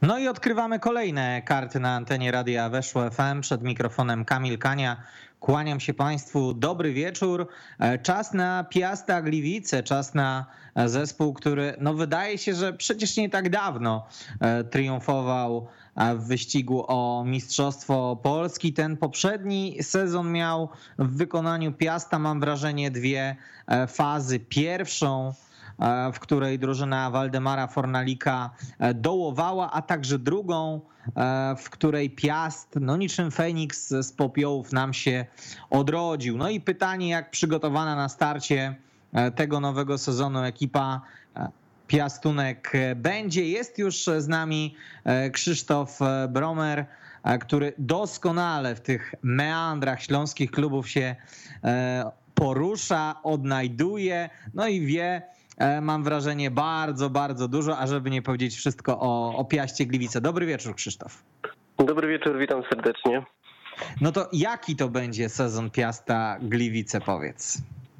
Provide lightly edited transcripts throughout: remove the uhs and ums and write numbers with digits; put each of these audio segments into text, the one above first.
No i odkrywamy kolejne karty na antenie Radia Weszło FM. Przed mikrofonem Kamil Kania. Kłaniam się Państwu. Dobry wieczór. Czas na Piasta Gliwice, czas na zespół, który wydaje się, że przecież nie tak dawno triumfował w wyścigu o Mistrzostwo Polski. Ten poprzedni sezon miał w wykonaniu Piasta, mam wrażenie, dwie fazy. Pierwszą, w której drużyna Waldemara Fornalika dołowała, a także drugą, w której Piast, niczym Feniks z popiołów nam się odrodził. No i pytanie, jak przygotowana na starcie tego nowego sezonu ekipa Piastunek będzie. Jest już z nami Krzysztof Bromer, który doskonale w tych meandrach śląskich klubów się porusza, odnajduje, i wie, mam wrażenie, bardzo, bardzo dużo, a żeby nie powiedzieć wszystko o Piaście Gliwice. Dobry wieczór, Krzysztof. Dobry wieczór, witam serdecznie. No to jaki to będzie sezon Piasta Gliwice, powiedz?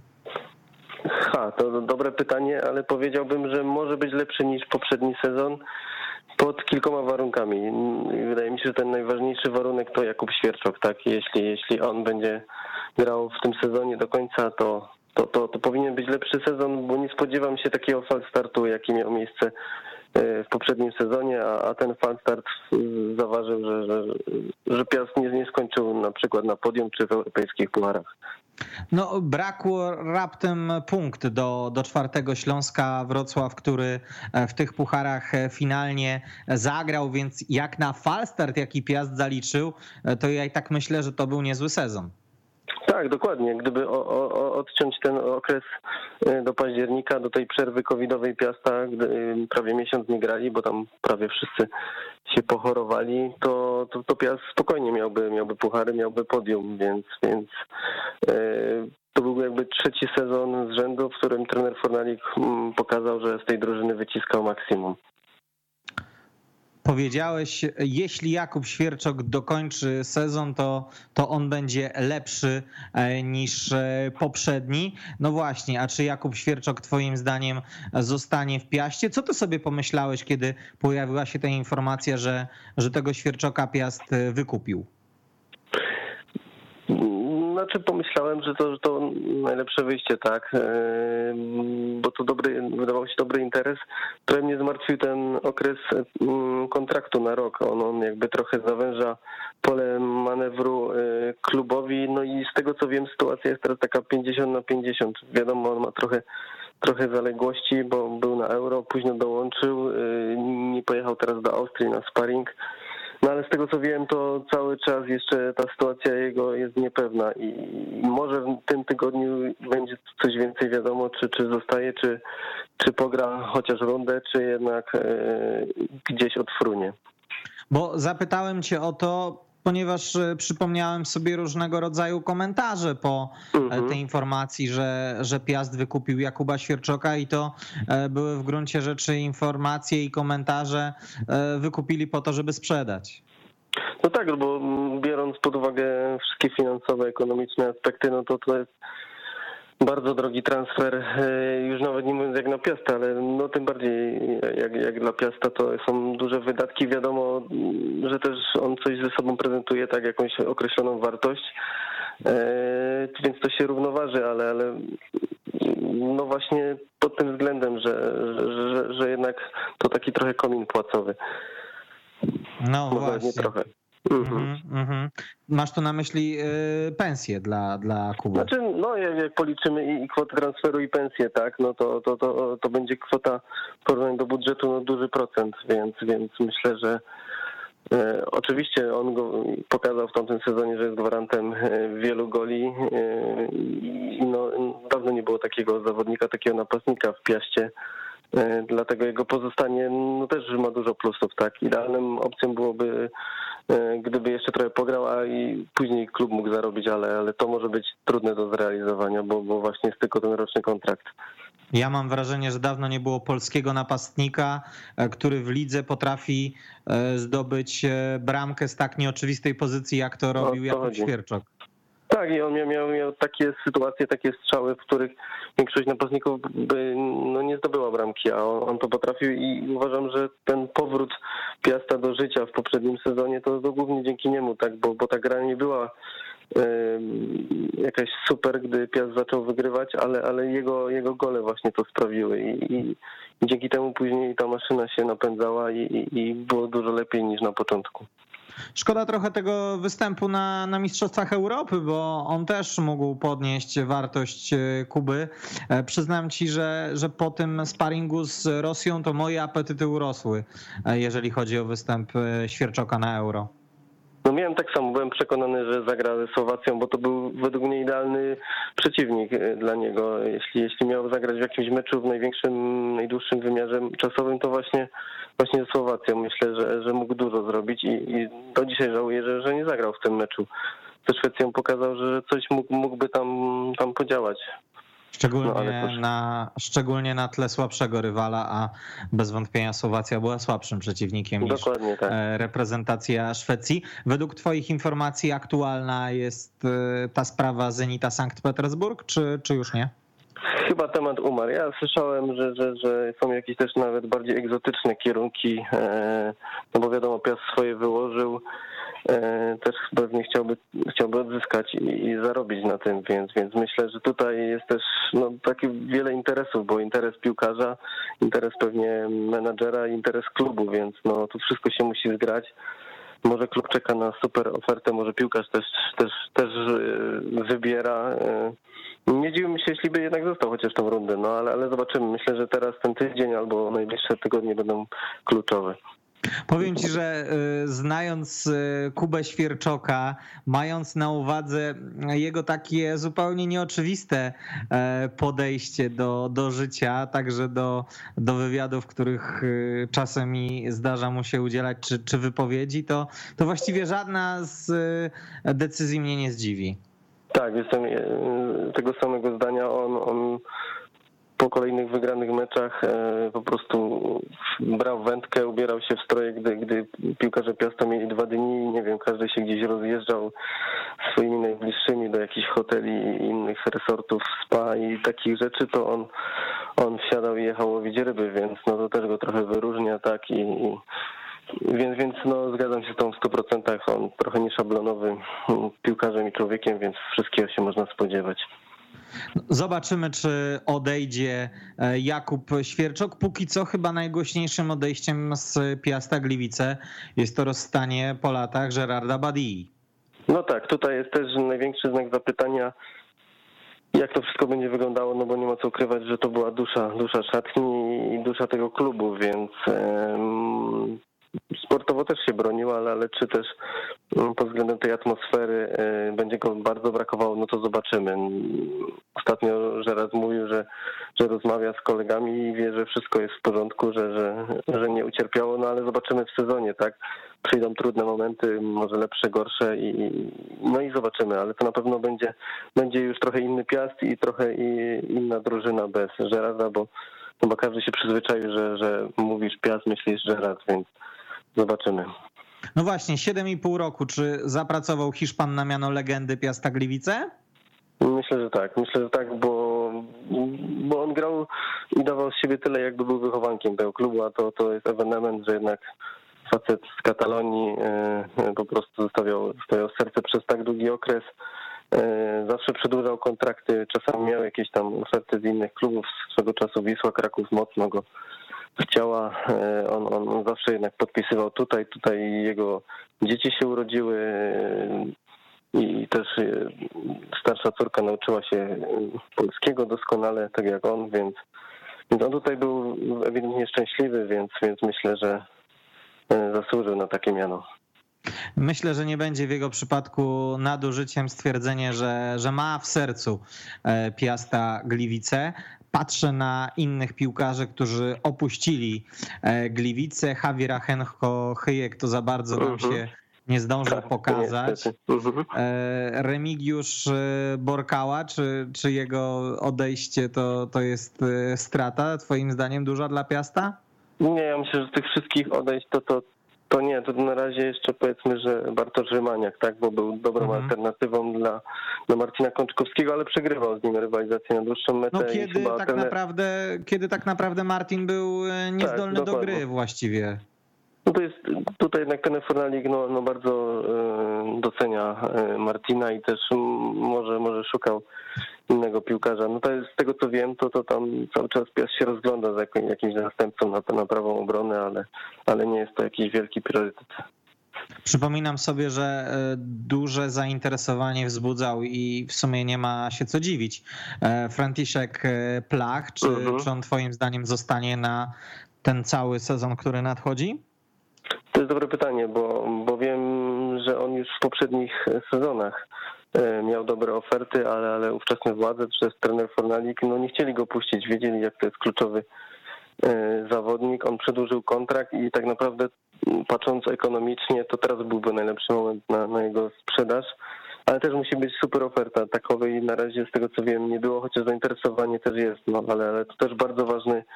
To dobre pytanie, ale powiedziałbym, że może być lepszy niż poprzedni sezon pod kilkoma warunkami. Wydaje mi się, że ten najważniejszy warunek to Jakub Świerczok, tak? Jeśli on będzie grał w tym sezonie do końca, to powinien być lepszy sezon, bo nie spodziewam się takiego falstartu, jaki miał miejsce w poprzednim sezonie, a ten falstart zaważył, że Piast nie skończył na przykład na podium czy w europejskich pucharach. Brakło raptem punkt do czwartego Śląska Wrocław, który w tych pucharach finalnie zagrał, więc jak na falstart, jaki Piast zaliczył, to ja i tak myślę, że to był niezły sezon. Tak, dokładnie. Gdyby odciąć ten okres do października, do tej przerwy covidowej Piasta, gdy prawie miesiąc nie grali, bo tam prawie wszyscy się pochorowali, to Piast spokojnie miałby puchary, miałby podium, więc to był jakby trzeci sezon z rzędu, w którym trener Fornalik pokazał, że z tej drużyny wyciskał maksimum. Powiedziałeś, jeśli Jakub Świerczok dokończy sezon, to on będzie lepszy niż poprzedni. No właśnie, a czy Jakub Świerczok twoim zdaniem zostanie w Piaście? Co ty sobie pomyślałeś, kiedy pojawiła się ta informacja, że tego Świerczoka Piast wykupił? Pomyślałem, że to najlepsze wyjście, tak, bo to wydawał się dobry interes. Trochę mnie zmartwił ten okres kontraktu na rok. On jakby trochę zawęża pole manewru klubowi, i z tego co wiem, sytuacja jest teraz taka 50-50. Wiadomo, on ma trochę zaległości, bo był na Euro, późno dołączył, nie pojechał teraz do Austrii na sparring. Ale z tego co wiem, to cały czas jeszcze ta sytuacja jego jest niepewna i może w tym tygodniu będzie coś więcej wiadomo, czy zostaje, czy pogra chociaż rundę, czy jednak gdzieś odfrunie. Bo zapytałem cię o to, ponieważ przypomniałem sobie różnego rodzaju komentarze po tej informacji, że Piast wykupił Jakuba Świerczoka i to były w gruncie rzeczy informacje i komentarze wykupili po to, żeby sprzedać. No tak, bo biorąc pod uwagę wszystkie finansowe, ekonomiczne aspekty, to jest bardzo drogi transfer, już nawet nie mówiąc jak na Piasta, ale tym bardziej jak dla Piasta to są duże wydatki. Wiadomo, że też on coś ze sobą prezentuje, tak, jakąś określoną wartość, więc to się równoważy, ale właśnie pod tym względem, że jednak to taki trochę komin płacowy. No może właśnie. Nie trochę. Masz tu na myśli pensję dla klubu? Jak policzymy i kwotę transferu i pensję, tak, to będzie kwota w porównaniu do budżetu duży procent, więc myślę, że oczywiście on go pokazał w tamtym sezonie, że jest gwarantem wielu goli i dawno nie było takiego zawodnika, takiego napastnika w Piaście. Dlatego jego pozostanie też ma dużo plusów, tak. Idealną opcją byłoby, gdyby jeszcze trochę pograł, a i później klub mógł zarobić, ale to może być trudne do zrealizowania, bo właśnie jest tylko ten roczny kontrakt. Ja mam wrażenie, że dawno nie było polskiego napastnika, który w lidze potrafi zdobyć bramkę z tak nieoczywistej pozycji, jak to robił Jakub Świerczok. Tak, i on miał takie sytuacje, takie strzały, w których większość napastników by nie zdobyła bramki, a on to potrafił i uważam, że ten powrót Piasta do życia w poprzednim sezonie to głównie dzięki niemu, tak, bo ta gra nie była jakaś super, gdy Piast zaczął wygrywać, ale jego gole właśnie to sprawiły i dzięki temu później ta maszyna się napędzała i było dużo lepiej niż na początku. Szkoda trochę tego występu na Mistrzostwach Europy, bo on też mógł podnieść wartość Kuby. Przyznam ci, że po tym sparingu z Rosją to moje apetyty urosły, jeżeli chodzi o występ Świerczoka na Euro. No miałem tak samo, byłem przekonany, że zagra ze Słowacją, bo to był według mnie idealny przeciwnik dla niego. Jeśli miał zagrać w jakimś meczu w największym, najdłuższym wymiarze czasowym, to właśnie ze Słowacją. Myślę, że mógł dużo zrobić i do dzisiaj żałuję, że nie zagrał w tym meczu. Ze Szwecją pokazał, że coś mógłby tam podziałać. Szczególnie na tle słabszego rywala, a bez wątpienia Słowacja była słabszym przeciwnikiem niż tak. Reprezentacja Szwecji. Według twoich informacji aktualna jest ta sprawa Zenita Sankt Petersburg, czy już nie? Chyba temat umarł. Ja słyszałem, że są jakieś też nawet bardziej egzotyczne kierunki, no bo wiadomo, Piast swoje wyłożył, też pewnie chciałby odzyskać i zarobić na tym, więc myślę, że tutaj jest też takie wiele interesów, bo interes piłkarza, interes pewnie menadżera, interes klubu, więc to wszystko się musi zgrać. Może klub czeka na super ofertę, może piłkarz też wybiera. Nie dziwiłbym się, jeśli by jednak został chociaż tą rundę, ale zobaczymy. Myślę, że teraz ten tydzień albo najbliższe tygodnie będą kluczowe. Powiem ci, że znając Kubę Świerczoka, mając na uwadze jego takie zupełnie nieoczywiste podejście do życia, także do wywiadów, których czasem zdarza mu się udzielać, czy wypowiedzi, to właściwie żadna z decyzji mnie nie zdziwi. Tak, jestem tego samego zdania. On po kolejnych wygranych meczach po prostu brał wędkę, ubierał się w stroje, gdy piłkarze Piasta mieli 2 dni, nie wiem, każdy się gdzieś rozjeżdżał swoimi najbliższymi do jakichś hoteli i innych resortów, spa i takich rzeczy, to on wsiadał i jechał łowić ryby, więc to też go trochę wyróżnia, tak, więc zgadzam się z tą w 100%. On trochę nieszablonowy piłkarzem i człowiekiem, więc wszystkiego się można spodziewać. Zobaczymy, czy odejdzie Jakub Świerczok. Póki co chyba najgłośniejszym odejściem z Piasta Gliwice jest to rozstanie po latach Gerarda Badii. No tak, tutaj jest też największy znak zapytania, jak to wszystko będzie wyglądało, bo nie ma co ukrywać, że to była dusza szatni i dusza tego klubu, więc sportowo też się bronił, ale czy też pod względem tej atmosfery będzie go bardzo brakowało, to zobaczymy. Ostatnio Gerard mówił, że rozmawia z kolegami i wie, że wszystko jest w porządku, że nie ucierpiało, ale zobaczymy w sezonie, tak? Przyjdą trudne momenty, może lepsze, gorsze i zobaczymy, ale to na pewno będzie już trochę inny Piast i trochę inna drużyna bez Gerarda, bo każdy się przyzwyczaił, że mówisz Piast, myślisz Gerard, więc zobaczymy. No właśnie, 7,5 roku. Czy zapracował Hiszpan na miano legendy Piasta Gliwice? Myślę, że tak, bo on grał i dawał z siebie tyle, jakby był wychowankiem tego klubu, a to jest ewenement, że jednak facet z Katalonii po prostu zostawiał serce przez tak długi okres. Zawsze przedłużał kontrakty, czasami miał jakieś tam oferty z innych klubów, swego czasu Wisła Kraków mocno go chciała, on zawsze jednak podpisywał tutaj jego dzieci się urodziły i też starsza córka nauczyła się polskiego doskonale, tak jak on, więc on tutaj był ewidentnie szczęśliwy, więc myślę, że zasłużył na takie miano. Myślę, że nie będzie w jego przypadku nadużyciem stwierdzenie, że ma w sercu Piasta Gliwice. Patrzę na innych piłkarzy, którzy opuścili Gliwice. Javier Ajenjo-Chyjek to za bardzo nam się nie zdążył pokazać. Remigiusz Borkała, czy jego odejście to jest strata, twoim zdaniem duża dla Piasta? Nie, ja myślę, że z tych wszystkich odejść to nie Nie, to na razie jeszcze powiedzmy, że Bartosz Rymaniak, tak, bo był dobrą alternatywą dla Marcina Kączkowskiego, ale przegrywał z nim rywalizację na dłuższą metę. No kiedy tak naprawdę Martin był niezdolny do gry właściwie. No to jest, tutaj jednak ten Fornalik no bardzo docenia Martina i też może szukał innego piłkarza. No to jest, z tego co wiem, to tam cały czas Piast się rozgląda za jakimś następcą na prawą obronę, ale nie jest to jakiś wielki priorytet. Przypominam sobie, że duże zainteresowanie wzbudzał i w sumie nie ma się co dziwić Franciszek Plach. Czy on twoim zdaniem zostanie na ten cały sezon, który nadchodzi? To jest dobre pytanie, bo wiem, że on już w poprzednich sezonach miał dobre oferty, ale ówczesne władze, czy też trener Fornalik, no nie chcieli go puścić, wiedzieli jak to jest kluczowy zawodnik. On przedłużył kontrakt i tak naprawdę patrząc ekonomicznie, to teraz byłby najlepszy moment na jego sprzedaż, ale też musi być super oferta. Takowej na razie z tego co wiem nie było, chociaż zainteresowanie też jest, no ale to też bardzo ważny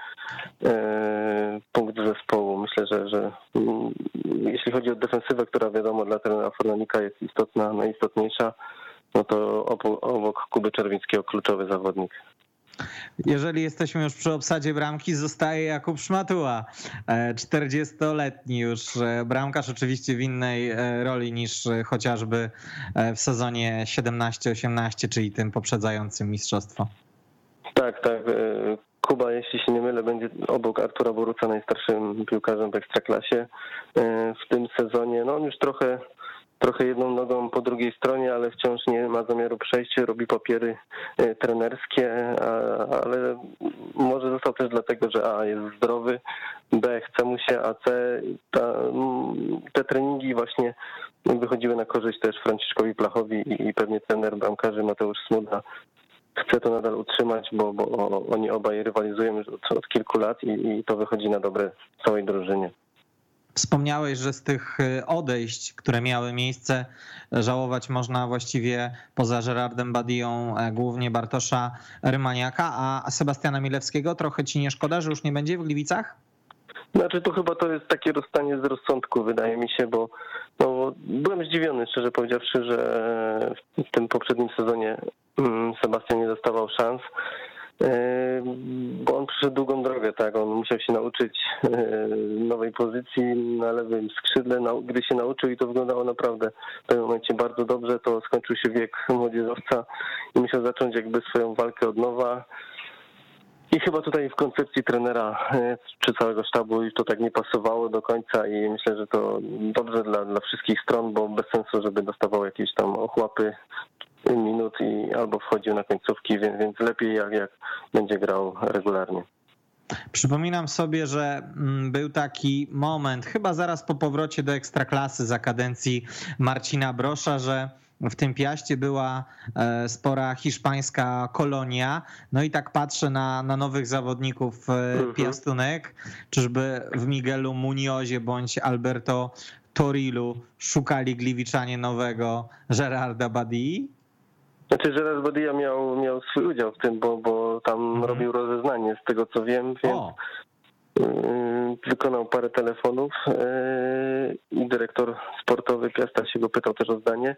punkt zespołu. Myślę, że jeśli chodzi o defensywę, która wiadomo dla trenera Fornalika jest istotna, najistotniejsza, no to obok Kuby Czerwińskiego kluczowy zawodnik. Jeżeli jesteśmy już przy obsadzie bramki, zostaje Jakub Szmatuła, 40-letni już bramkarz, oczywiście w innej roli niż chociażby w sezonie 17-18, czyli tym poprzedzającym mistrzostwo. Tak. Kuba, jeśli się nie mylę, będzie obok Artura Boruca najstarszym piłkarzem w Ekstraklasie w tym sezonie. No on już trochę jedną nogą po drugiej stronie, ale wciąż nie ma zamiaru przejść, robi papiery trenerskie, ale może został też dlatego, że A jest zdrowy, B chce mu się, a C te treningi właśnie wychodziły na korzyść też Franciszkowi Plachowi i pewnie trener bramkarzy Mateusz Smuda chce to nadal utrzymać, bo oni obaj rywalizują już od kilku lat i to wychodzi na dobre całej drużynie. Wspomniałeś, że z tych odejść, które miały miejsce, żałować można właściwie poza Gerardem Badillą głównie Bartosza Rymaniaka, a Sebastiana Milewskiego trochę ci nie szkoda, że już nie będzie w Gliwicach? Znaczy to chyba to jest takie rozstanie z rozsądku, wydaje mi się, bo byłem zdziwiony, szczerze powiedziawszy, że w tym poprzednim sezonie Sebastian nie dostawał szans, bo on przeszedł długą drogę, tak, on musiał się nauczyć nowej pozycji na lewym skrzydle, gdy się nauczył i to wyglądało naprawdę w pewnym momencie bardzo dobrze, to skończył się wiek młodzieżowca i musiał zacząć jakby swoją walkę od nowa. I chyba tutaj w koncepcji trenera czy całego sztabu już to tak nie pasowało do końca i myślę, że to dobrze dla wszystkich stron, bo bez sensu, żeby dostawał jakieś tam ochłapy minut i albo wchodził na końcówki, więc lepiej jak będzie grał regularnie. Przypominam sobie, że był taki moment, chyba zaraz po powrocie do Ekstraklasy za kadencji Marcina Brosza, że w tym Piaście była spora hiszpańska kolonia. No i tak patrzę na nowych zawodników piastunek. Czyżby w Miguelu Muniozie bądź Alberto Torilu szukali Gliwiczanie nowego Gerarda Badii? Znaczy Gerard Badilla miał swój udział w tym, bo tam robił rozeznanie z tego co wiem, więc wykonał parę telefonów i dyrektor sportowy Piasta się go pytał też o zdanie.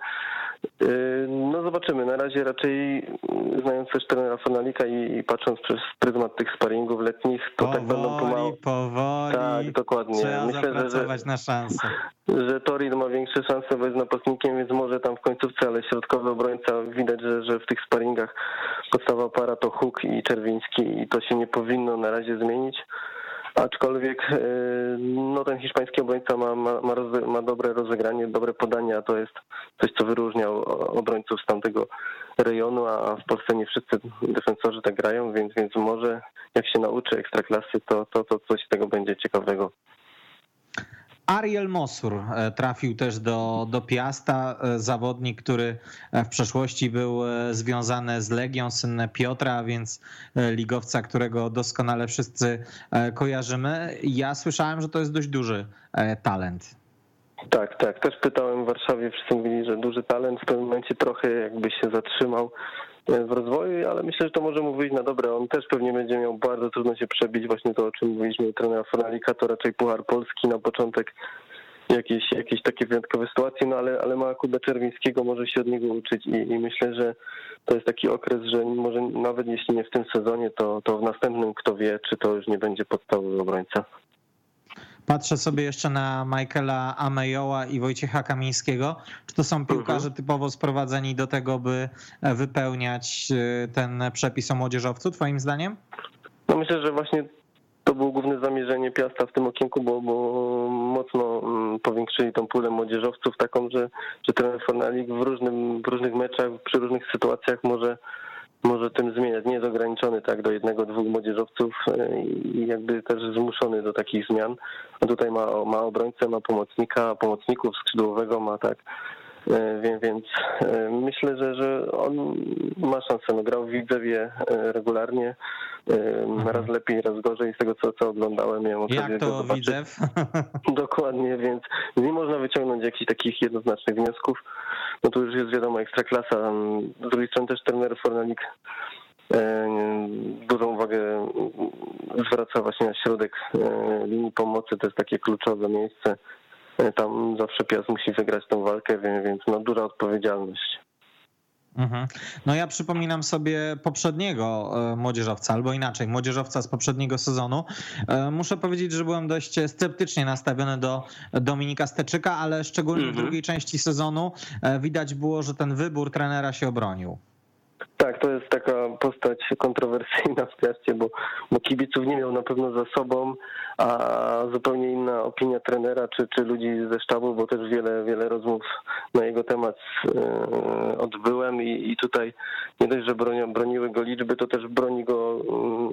No zobaczymy, na razie raczej znając też trenera Fornalika i patrząc przez pryzmat tych sparingów letnich, to tak będą powoli. Tak, dokładnie. Trzeba zapracować na szansę. Że Toril ma większe szanse, bo jest napastnikiem, więc może tam w końcówce, ale środkowy obrońca widać, że w tych sparingach podstawa para to Huk i Czerwiński i to się nie powinno na razie zmienić. Aczkolwiek no ten hiszpański obrońca ma dobre rozegranie, dobre podanie, a to jest coś, co wyróżniał obrońców z tamtego rejonu, a w Polsce nie wszyscy defensorzy tak grają, więc może jak się nauczy Ekstraklasy, to coś z tego będzie ciekawego. Ariel Mosur trafił też do Piasta, zawodnik, który w przeszłości był związany z Legią, syn Piotra, a więc ligowca, którego doskonale wszyscy kojarzymy. Ja słyszałem, że to jest dość duży talent. Tak. Też pytałem w Warszawie, wszyscy mówili, że duży talent. W pewnym momencie trochę jakby się zatrzymał w rozwoju, ale myślę, że to może mu wyjść na dobre. On też pewnie będzie miał bardzo trudno się przebić. Właśnie to, o czym mówiliśmy u trenera Fornalika, to raczej Puchar Polski na początek jakieś takie wyjątkowe sytuacje, no ale ma Kubę Czerwińskiego, może się od niego uczyć i myślę, że to jest taki okres, że może nawet jeśli nie w tym sezonie, to w następnym kto wie, czy to już nie będzie podstawowy obrońca. Patrzę sobie jeszcze na Michaela Amejoła i Wojciecha Kamińskiego. Czy to są piłkarze typowo sprowadzeni do tego, by wypełniać ten przepis o młodzieżowcu, twoim zdaniem? No myślę, że właśnie to było główne zamierzenie Piasta w tym okienku, bo mocno powiększyli tą pulę młodzieżowców taką, że trener Fornalik w różnych meczach, przy różnych sytuacjach może tym zmieniać. Nie jest ograniczony tak do 1-2 młodzieżowców i jakby też zmuszony do takich zmian. A tutaj ma obrońcę, ma pomocników skrzydłowego ma tak. Więc myślę, że on ma szansę. No, grał w Widzewie regularnie, raz lepiej, raz gorzej z tego, co oglądałem. Miałem okazję Jak to zobaczyć. Widzew? Dokładnie, więc nie można wyciągnąć jakichś takich jednoznacznych wniosków. No tu już jest wiadomo ekstraklasa. Z drugiej strony też trener Fornalik dużą uwagę zwraca właśnie na środek linii pomocy. To jest takie kluczowe miejsce. Tam zawsze Piast musi wygrać tą walkę, więc no duża odpowiedzialność. No ja przypominam sobie poprzedniego młodzieżowca, albo inaczej, młodzieżowca z poprzedniego sezonu. Muszę powiedzieć, że byłem dość sceptycznie nastawiony do Dominika Steczyka, ale szczególnie w drugiej części sezonu widać było, że ten wybór trenera się obronił. Tak, to jest taka postać kontrowersyjna w Piaście, bo kibiców nie miał na pewno za sobą, a zupełnie inna opinia trenera czy ludzi ze sztabu, bo też wiele rozmów na jego temat odbyłem i tutaj nie dość, że broniły go liczby, to też broni go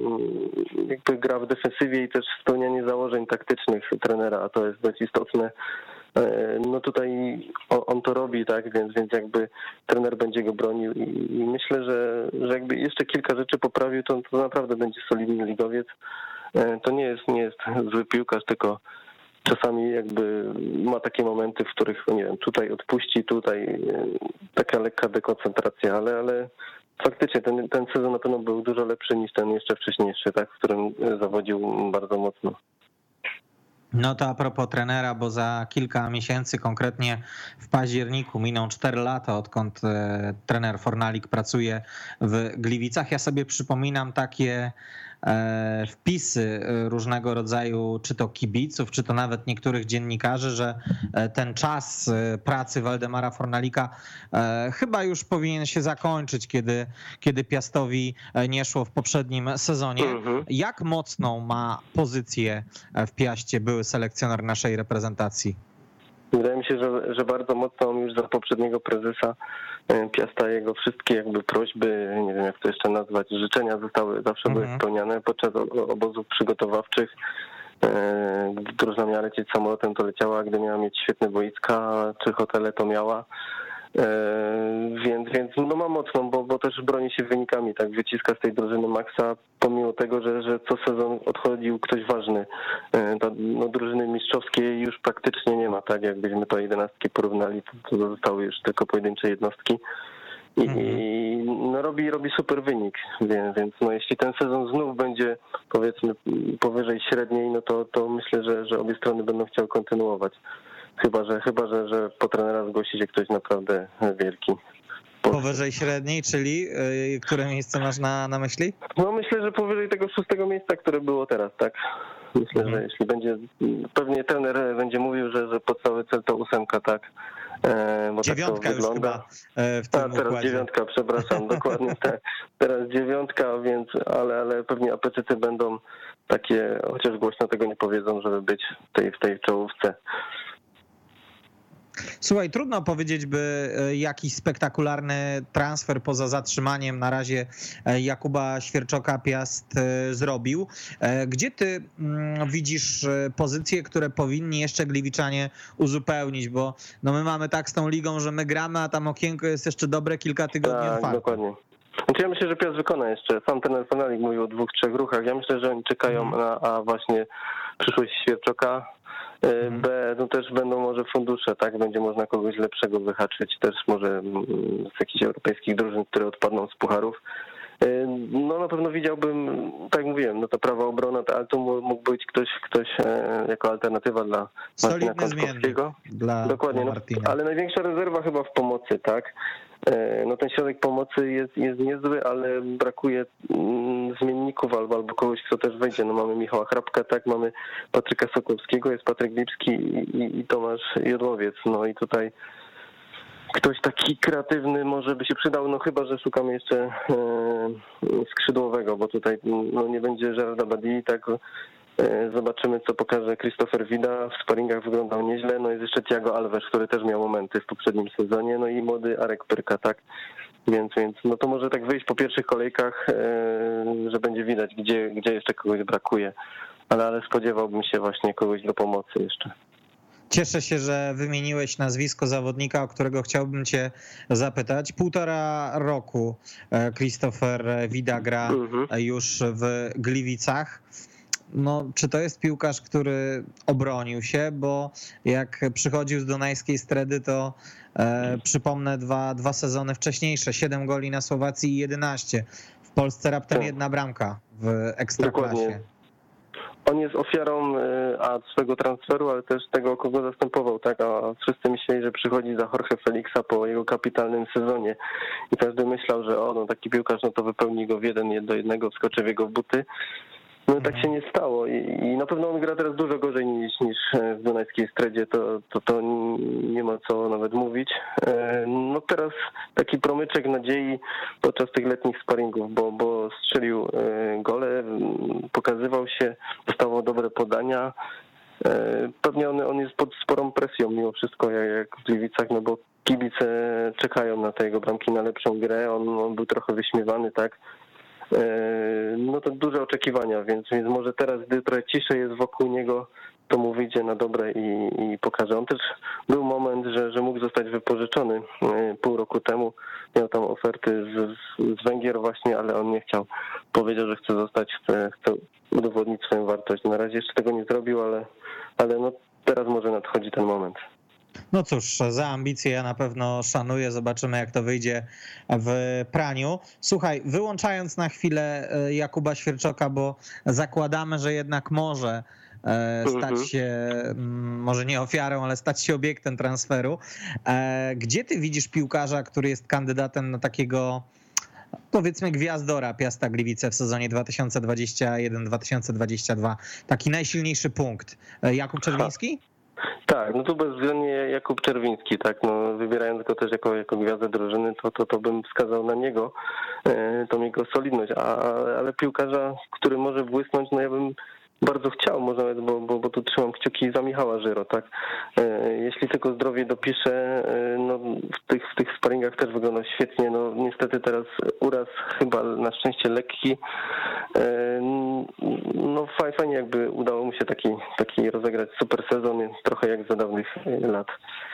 jakby gra w defensywie i też spełnianie założeń taktycznych trenera, a to jest dość istotne. No tutaj on to robi, tak, więc jakby trener będzie go bronił i myślę, że jakby jeszcze kilka rzeczy poprawił, to naprawdę będzie solidny ligowiec. To nie jest zły piłkarz, tylko czasami jakby ma takie momenty, w których, nie wiem, tutaj odpuści, tutaj taka lekka dekoncentracja, ale faktycznie ten sezon na pewno był dużo lepszy niż ten jeszcze wcześniejszy, tak, w którym zawodził bardzo mocno. No to a propos trenera, bo za kilka miesięcy, konkretnie w październiku, miną 4 lata, odkąd trener Fornalik pracuje w Gliwicach. Ja sobie przypominam takie wpisy różnego rodzaju, czy to kibiców, czy to nawet niektórych dziennikarzy, że ten czas pracy Waldemara Fornalika chyba już powinien się zakończyć, kiedy Piastowi nie szło w poprzednim sezonie. Jak mocną ma pozycję w Piaście były selekcjoner naszej reprezentacji? Wydaje mi się, że bardzo mocno on już za poprzedniego prezesa Piasta, jego wszystkie jakby prośby, nie wiem jak to jeszcze nazwać, życzenia zawsze były spełniane podczas obozów przygotowawczych. Gdy drużyna miała lecieć samolotem, to leciała, gdy miała mieć świetne boiska czy hotele, to miała. Więc no ma mocną, bo też broni się wynikami, tak, wyciska z tej drużyny maksa, pomimo tego, że co sezon odchodził ktoś ważny. No, drużyny mistrzowskiej już praktycznie nie ma, tak, jakbyśmy to 11 porównali, to zostały już tylko pojedyncze jednostki. I no robi super wynik, więc no jeśli ten sezon znów będzie powiedzmy powyżej średniej, no to myślę, że obie strony będą chciały kontynuować. Chyba, że po trenera zgłosi się ktoś naprawdę wielki. Powyżej średniej, czyli które miejsce masz na myśli? No myślę, że powyżej tego 6. miejsca, które było teraz, tak. Myślę, że jeśli będzie, pewnie trener będzie mówił, że podstawowy cel to 8, tak. Bo 9 tak to już wygląda. chyba w tym teraz układzie. 9, przepraszam, dokładnie teraz 9, więc ale pewnie apetyty będą takie, chociaż głośno tego nie powiedzą, żeby być w tej czołówce. Słuchaj, trudno powiedzieć, by jakiś spektakularny transfer poza zatrzymaniem na razie Jakuba Świerczoka Piast zrobił. Gdzie ty widzisz pozycje, które powinni jeszcze Gliwiczanie uzupełnić? Bo no my mamy tak z tą ligą, że my gramy, a tam okienko jest jeszcze dobre kilka tygodni otwarte. Tak, dokładnie. Znaczy ja myślę, że Piast wykona jeszcze. Sam trener Fornalik mówił o 2-3 ruchach. Ja myślę, że oni czekają na właśnie przyszłość Świerczoka. B, no też będą może fundusze, tak? Będzie można kogoś lepszego wyhaczyć, też może z jakichś europejskich drużyn, które odpadną z pucharów. No na pewno widziałbym, tak jak mówiłem, no ta prawa obrona, ale tu mógł być ktoś jako alternatywa dla Martina Kątkowskiego. Dokładnie, dla Martina. ale największa rezerwa chyba w pomocy, tak? No ten środek pomocy jest niezły, ale brakuje zmienników albo kogoś, kto też wejdzie. No mamy Michała Hrabka, tak, mamy Patryka Sokołowskiego, jest Patryk Lipski i Tomasz Jodłowiec. No i tutaj ktoś taki kreatywny może by się przydał, no chyba że szukamy jeszcze skrzydłowego, bo tutaj no nie będzie Gerarda Badii, tak. Zobaczymy, co pokaże Christopher Vida. W sparingach wyglądał nieźle. No jest jeszcze Thiago Alves, który też miał momenty w poprzednim sezonie. No i młody Arek Pyrka, tak. Więc no to może tak wyjść po pierwszych kolejkach, że będzie widać, gdzie jeszcze kogoś brakuje. Ale spodziewałbym się właśnie kogoś do pomocy jeszcze. Cieszę się, że wymieniłeś nazwisko zawodnika, o którego chciałbym cię zapytać. 1,5 roku Christopher Vida gra już w Gliwicach. No, czy to jest piłkarz, który obronił się, bo jak przychodził z Dunajskiej Stredy, to przypomnę dwa sezony wcześniejsze, 7 goli na Słowacji i 11. W Polsce raptem 1 bramka w Ekstraklasie. Dokładnie. On jest ofiarą swego transferu, ale też tego, kogo zastępował, tak? A wszyscy myśleli, że przychodzi za Jorge Felixa po jego kapitalnym sezonie i każdy myślał, że taki piłkarz, no to wypełni go w 1-1, wskoczy w jego buty. No tak się nie stało i na pewno on gra teraz dużo gorzej niż w Dunajskiej Stredzie, to nie ma co nawet mówić. No teraz taki promyczek nadziei podczas tych letnich sparingów, bo strzelił gole, pokazywał się, dostawał dobre podania. Pewnie on jest pod sporą presją mimo wszystko, jak w Gliwicach, no bo kibice czekają na te jego bramki, na lepszą grę, on był trochę wyśmiewany, tak. No to duże oczekiwania, więc może teraz, gdy trochę ciszej jest wokół niego, to mu wyjdzie na dobre i pokaże. On też był moment, że mógł zostać wypożyczony pół roku temu. Miał tam oferty z Węgier właśnie, ale on nie chciał. Powiedział, że chce zostać, chce udowodnić swoją wartość. Na razie jeszcze tego nie zrobił, ale no teraz może nadchodzi ten moment. No cóż, za ambicje ja na pewno szanuję. Zobaczymy, jak to wyjdzie w praniu. Słuchaj, wyłączając na chwilę Jakuba Świerczoka, bo zakładamy, że jednak może stać się, może nie ofiarą, ale stać się obiektem transferu. Gdzie ty widzisz piłkarza, który jest kandydatem na takiego, powiedzmy, gwiazdora Piasta Gliwice w sezonie 2021-2022? Taki najsilniejszy punkt. Jakub Czerwiński? Tak, no tu bezwzględnie Jakub Czerwiński, tak, no wybierając go też jako gwiazdę drużyny, to bym wskazał na niego, tą jego solidność, ale piłkarza, który może błysnąć, no ja bym bardzo chciał, może nawet, bo tu trzymam kciuki za Michała Żyro, tak. Jeśli tylko zdrowie dopisze, no w tych sparingach też wygląda świetnie, no niestety teraz uraz chyba na szczęście lekki. No fajnie jakby udało mu się taki rozegrać super sezon, trochę jak za dawnych lat.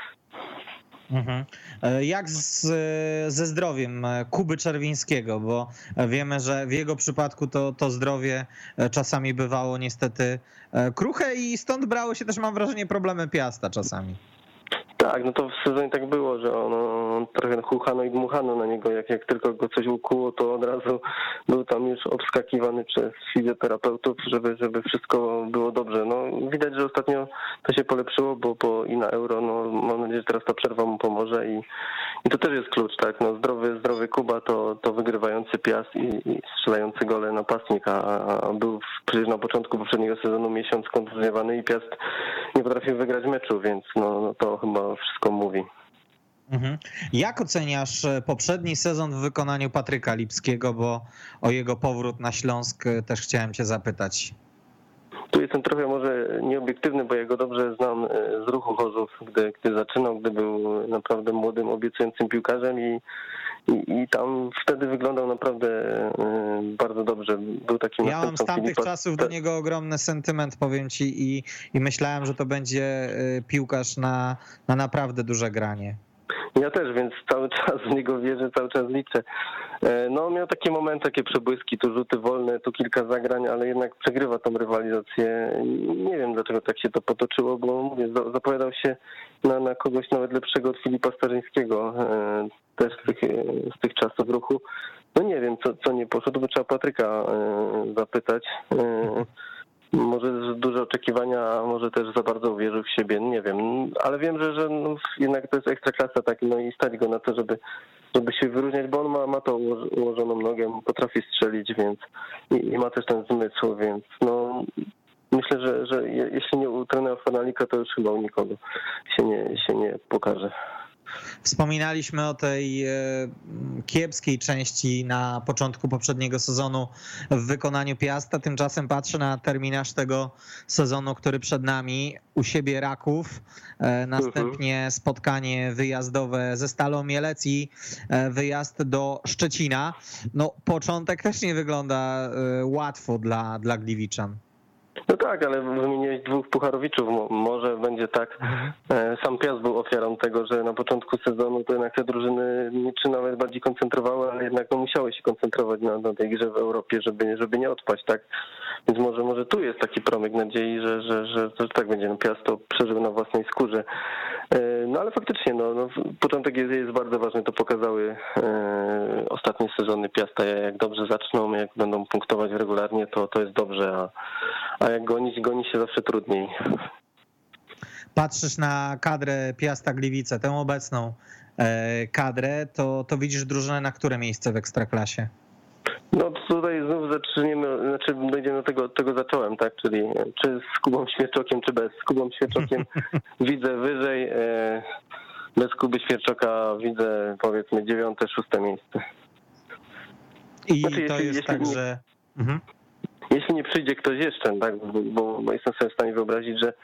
Jak ze zdrowiem Kuby Czerwińskiego, bo wiemy, że w jego przypadku to zdrowie czasami bywało niestety kruche i stąd brały się też, mam wrażenie, problemy Piasta czasami. Tak, no to w sezonie tak było, że on trochę chuchano i dmuchano na niego, jak tylko go coś ukuło, to od razu był tam już obskakiwany przez fizjoterapeutów, żeby wszystko było dobrze. No widać, że ostatnio to się polepszyło, bo i na Euro, no mam nadzieję, że teraz ta przerwa mu pomoże i to też jest klucz, tak, no zdrowy Kuba to wygrywający Piast i strzelający gole napastnik, a był przecież na początku poprzedniego sezonu miesiąc kontuzjowany i Piast nie potrafił wygrać meczu, więc no to chyba wszystko mówi. Jak oceniasz poprzedni sezon w wykonaniu Patryka Lipskiego, bo o jego powrót na Śląsk też chciałem cię zapytać. Tu jestem trochę może nieobiektywny, bo ja go dobrze znam z Ruchu Chorzów, gdy zaczynał, gdy był naprawdę młodym, obiecującym piłkarzem i tam wtedy wyglądał naprawdę bardzo dobrze. Był takim ja mam z tamtych czasów do niego ogromny sentyment, powiem ci, i myślałem, że to będzie piłkarz na naprawdę duże granie. Ja też, więc cały czas w niego wierzę, cały czas liczę. No miał takie momenty, takie przebłyski, tu rzuty wolne, tu kilka zagrań, ale jednak przegrywa tą rywalizację. Nie wiem, dlaczego tak się to potoczyło, bo mówię, zapowiadał się na kogoś nawet lepszego od Filipa Starzyńskiego, też z tych czasów Ruchu. No nie wiem, co nie poszło, to by trzeba Patryka zapytać. Może duże oczekiwania, a może też za bardzo uwierzył w siebie, nie wiem. Ale wiem, że no, jednak to jest ekstraklasa taki, no i stać go na to, żeby się wyróżniać, bo on ma to ułożoną nogę, potrafi strzelić, więc i ma też ten zmysł, więc no myślę, że jeśli nie u trenera Fornalika, to już chyba u nikogo się nie pokaże. Wspominaliśmy o tej kiepskiej części na początku poprzedniego sezonu w wykonaniu Piasta. Tymczasem patrzę na terminarz tego sezonu, który przed nami. U siebie Raków, następnie spotkanie wyjazdowe ze Stalą Mielec i wyjazd do Szczecina. No, początek też nie wygląda łatwo dla Gliwiczan. No tak, ale wymieniłeś 2 pucharowiczów, może będzie tak. Sam Piast był ofiarą tego, że na początku sezonu to jednak te drużyny czy nawet bardziej koncentrowały, ale jednak no, musiały się koncentrować na tej grze w Europie, żeby nie odpaść, tak? Więc może tu jest taki promyk nadziei, że to tak będzie. No, Piast to przeżył na własnej skórze. No ale faktycznie, no początek jest bardzo ważny, to pokazały ostatnie sezony Piasta, jak dobrze zaczną, jak będą punktować regularnie, to jest dobrze, a jak goni się zawsze trudniej. Patrzysz na kadrę Piasta Gliwice, tę obecną kadrę, to widzisz drużynę na które miejsce w Ekstraklasie? No tutaj znów dojdziemy do tego zacząłem, tak, czyli czy z Kubą Świerczokiem, czy bez. Z Kubą Świerczokiem widzę wyżej, bez Kuby Świerczoka widzę powiedzmy 9., 6. miejsce. I znaczy, to jest tak, że... Jeśli nie przyjdzie ktoś jeszcze, tak, bo jestem sobie w stanie wyobrazić, że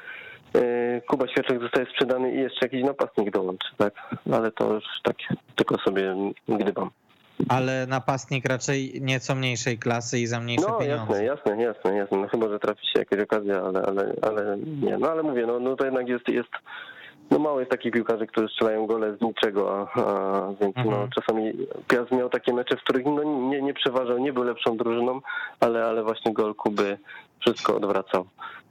Kuba Świerczok zostaje sprzedany i jeszcze jakiś napastnik dołączy, tak, ale to już tak tylko sobie gdybam. Ale napastnik raczej nieco mniejszej klasy i za mniejsze pieniądze. Jasne. No chyba, że trafi się jakaś okazja, ale nie. No ale mówię, no to jednak jest no mało jest takich piłkarzy, którzy strzelają gole z niczego, więc no czasami Piast miał takie mecze, w których no nie przeważał, nie był lepszą drużyną, ale właśnie gol Kuby wszystko odwracał.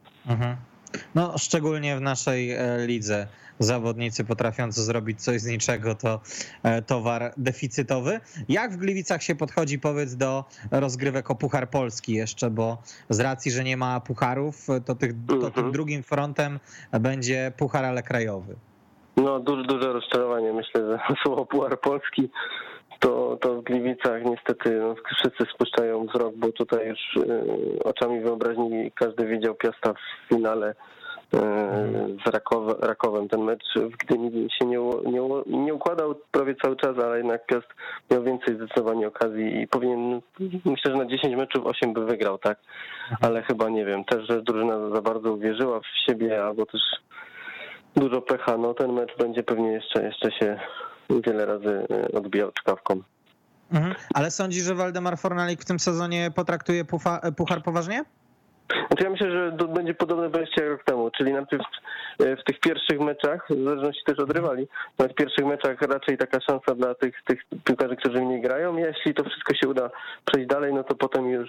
No szczególnie w naszej lidze zawodnicy potrafiący zrobić coś z niczego to towar deficytowy. Jak w Gliwicach się podchodzi, powiedz, do rozgrywek o Puchar Polski jeszcze, bo z racji, że nie ma pucharów, to tym drugim frontem będzie puchar, ale krajowy. No duże rozczarowanie, myślę, że słowo Puchar Polski to w Gliwicach niestety no, wszyscy spuszczają wzrok, bo tutaj już oczami wyobraźni każdy widział Piasta w finale z Rakowem. Ten mecz w Gdyni się nie układał prawie cały czas, ale jednak Piast miał więcej zdecydowanie okazji i powinien, myślę, że na 10 meczów 8 by wygrał, tak? Ale chyba nie wiem, też, że drużyna za bardzo uwierzyła w siebie, albo też dużo pecha, no ten mecz będzie pewnie jeszcze się wiele razy odbijał czkawką. Ale sądzisz, że Waldemar Fornalik w tym sezonie potraktuje puchar poważnie? Znaczy ja myślę, że to będzie podobne wejście jak rok temu, czyli najpierw w tych pierwszych meczach, w zależności też od rywali, w pierwszych meczach raczej taka szansa dla tych piłkarzy, którzy w niej grają. Jeśli to wszystko się uda przejść dalej, no to potem już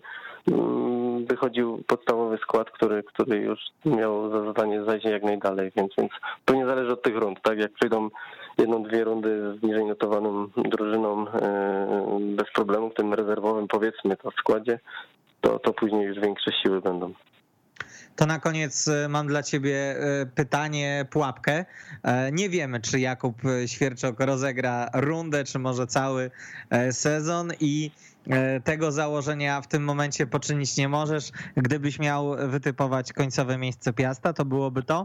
wychodził podstawowy skład, który już miał za zadanie zajść jak najdalej, więc to nie zależy od tych rund, tak? Jak przejdą 1-2 rundy z niżej notowaną drużyną bez problemu, w tym rezerwowym powiedzmy to w składzie, to później już większe siły będą. To na koniec mam dla ciebie pytanie, pułapkę. Nie wiemy, czy Jakub Świerczok rozegra rundę, czy może cały sezon i tego założenia w tym momencie poczynić nie możesz. Gdybyś miał wytypować końcowe miejsce Piasta, to byłoby to?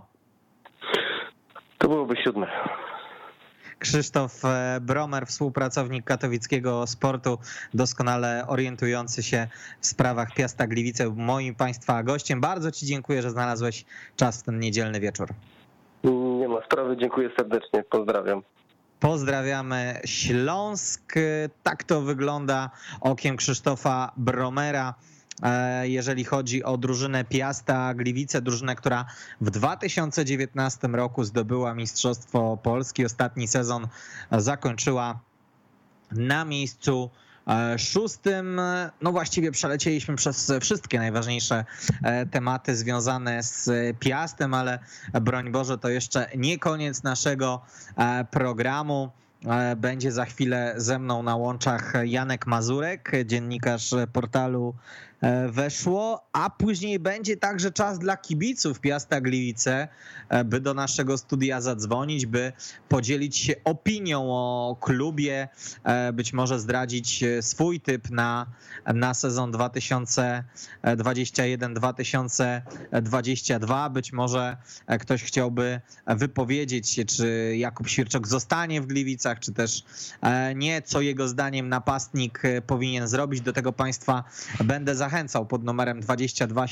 To byłoby 7. Krzysztof Bromer, współpracownik katowickiego Sportu, doskonale orientujący się w sprawach Piasta Gliwice, moim Państwa gościem. Bardzo Ci dziękuję, że znalazłeś czas w ten niedzielny wieczór. Nie ma sprawy, dziękuję serdecznie, pozdrawiam. Pozdrawiamy Śląsk. Tak to wygląda okiem Krzysztofa Bromera, jeżeli chodzi o drużynę Piasta Gliwice, drużynę, która w 2019 roku zdobyła Mistrzostwo Polski. Ostatni sezon zakończyła na miejscu 6. No właściwie przelecieliśmy przez wszystkie najważniejsze tematy związane z Piastem, ale broń Boże, to jeszcze nie koniec naszego programu. Będzie za chwilę ze mną na łączach Janek Mazurek, dziennikarz portalu Weszło, a później będzie także czas dla kibiców Piasta Gliwice, by do naszego studia zadzwonić, by podzielić się opinią o klubie, być może zdradzić swój typ na sezon 2021-2022. Być może ktoś chciałby wypowiedzieć się, czy Jakub Świerczok zostanie w Gliwicach, czy też nie, co jego zdaniem napastnik powinien zrobić. Do tego Państwa będę zachęcał pod numerem 22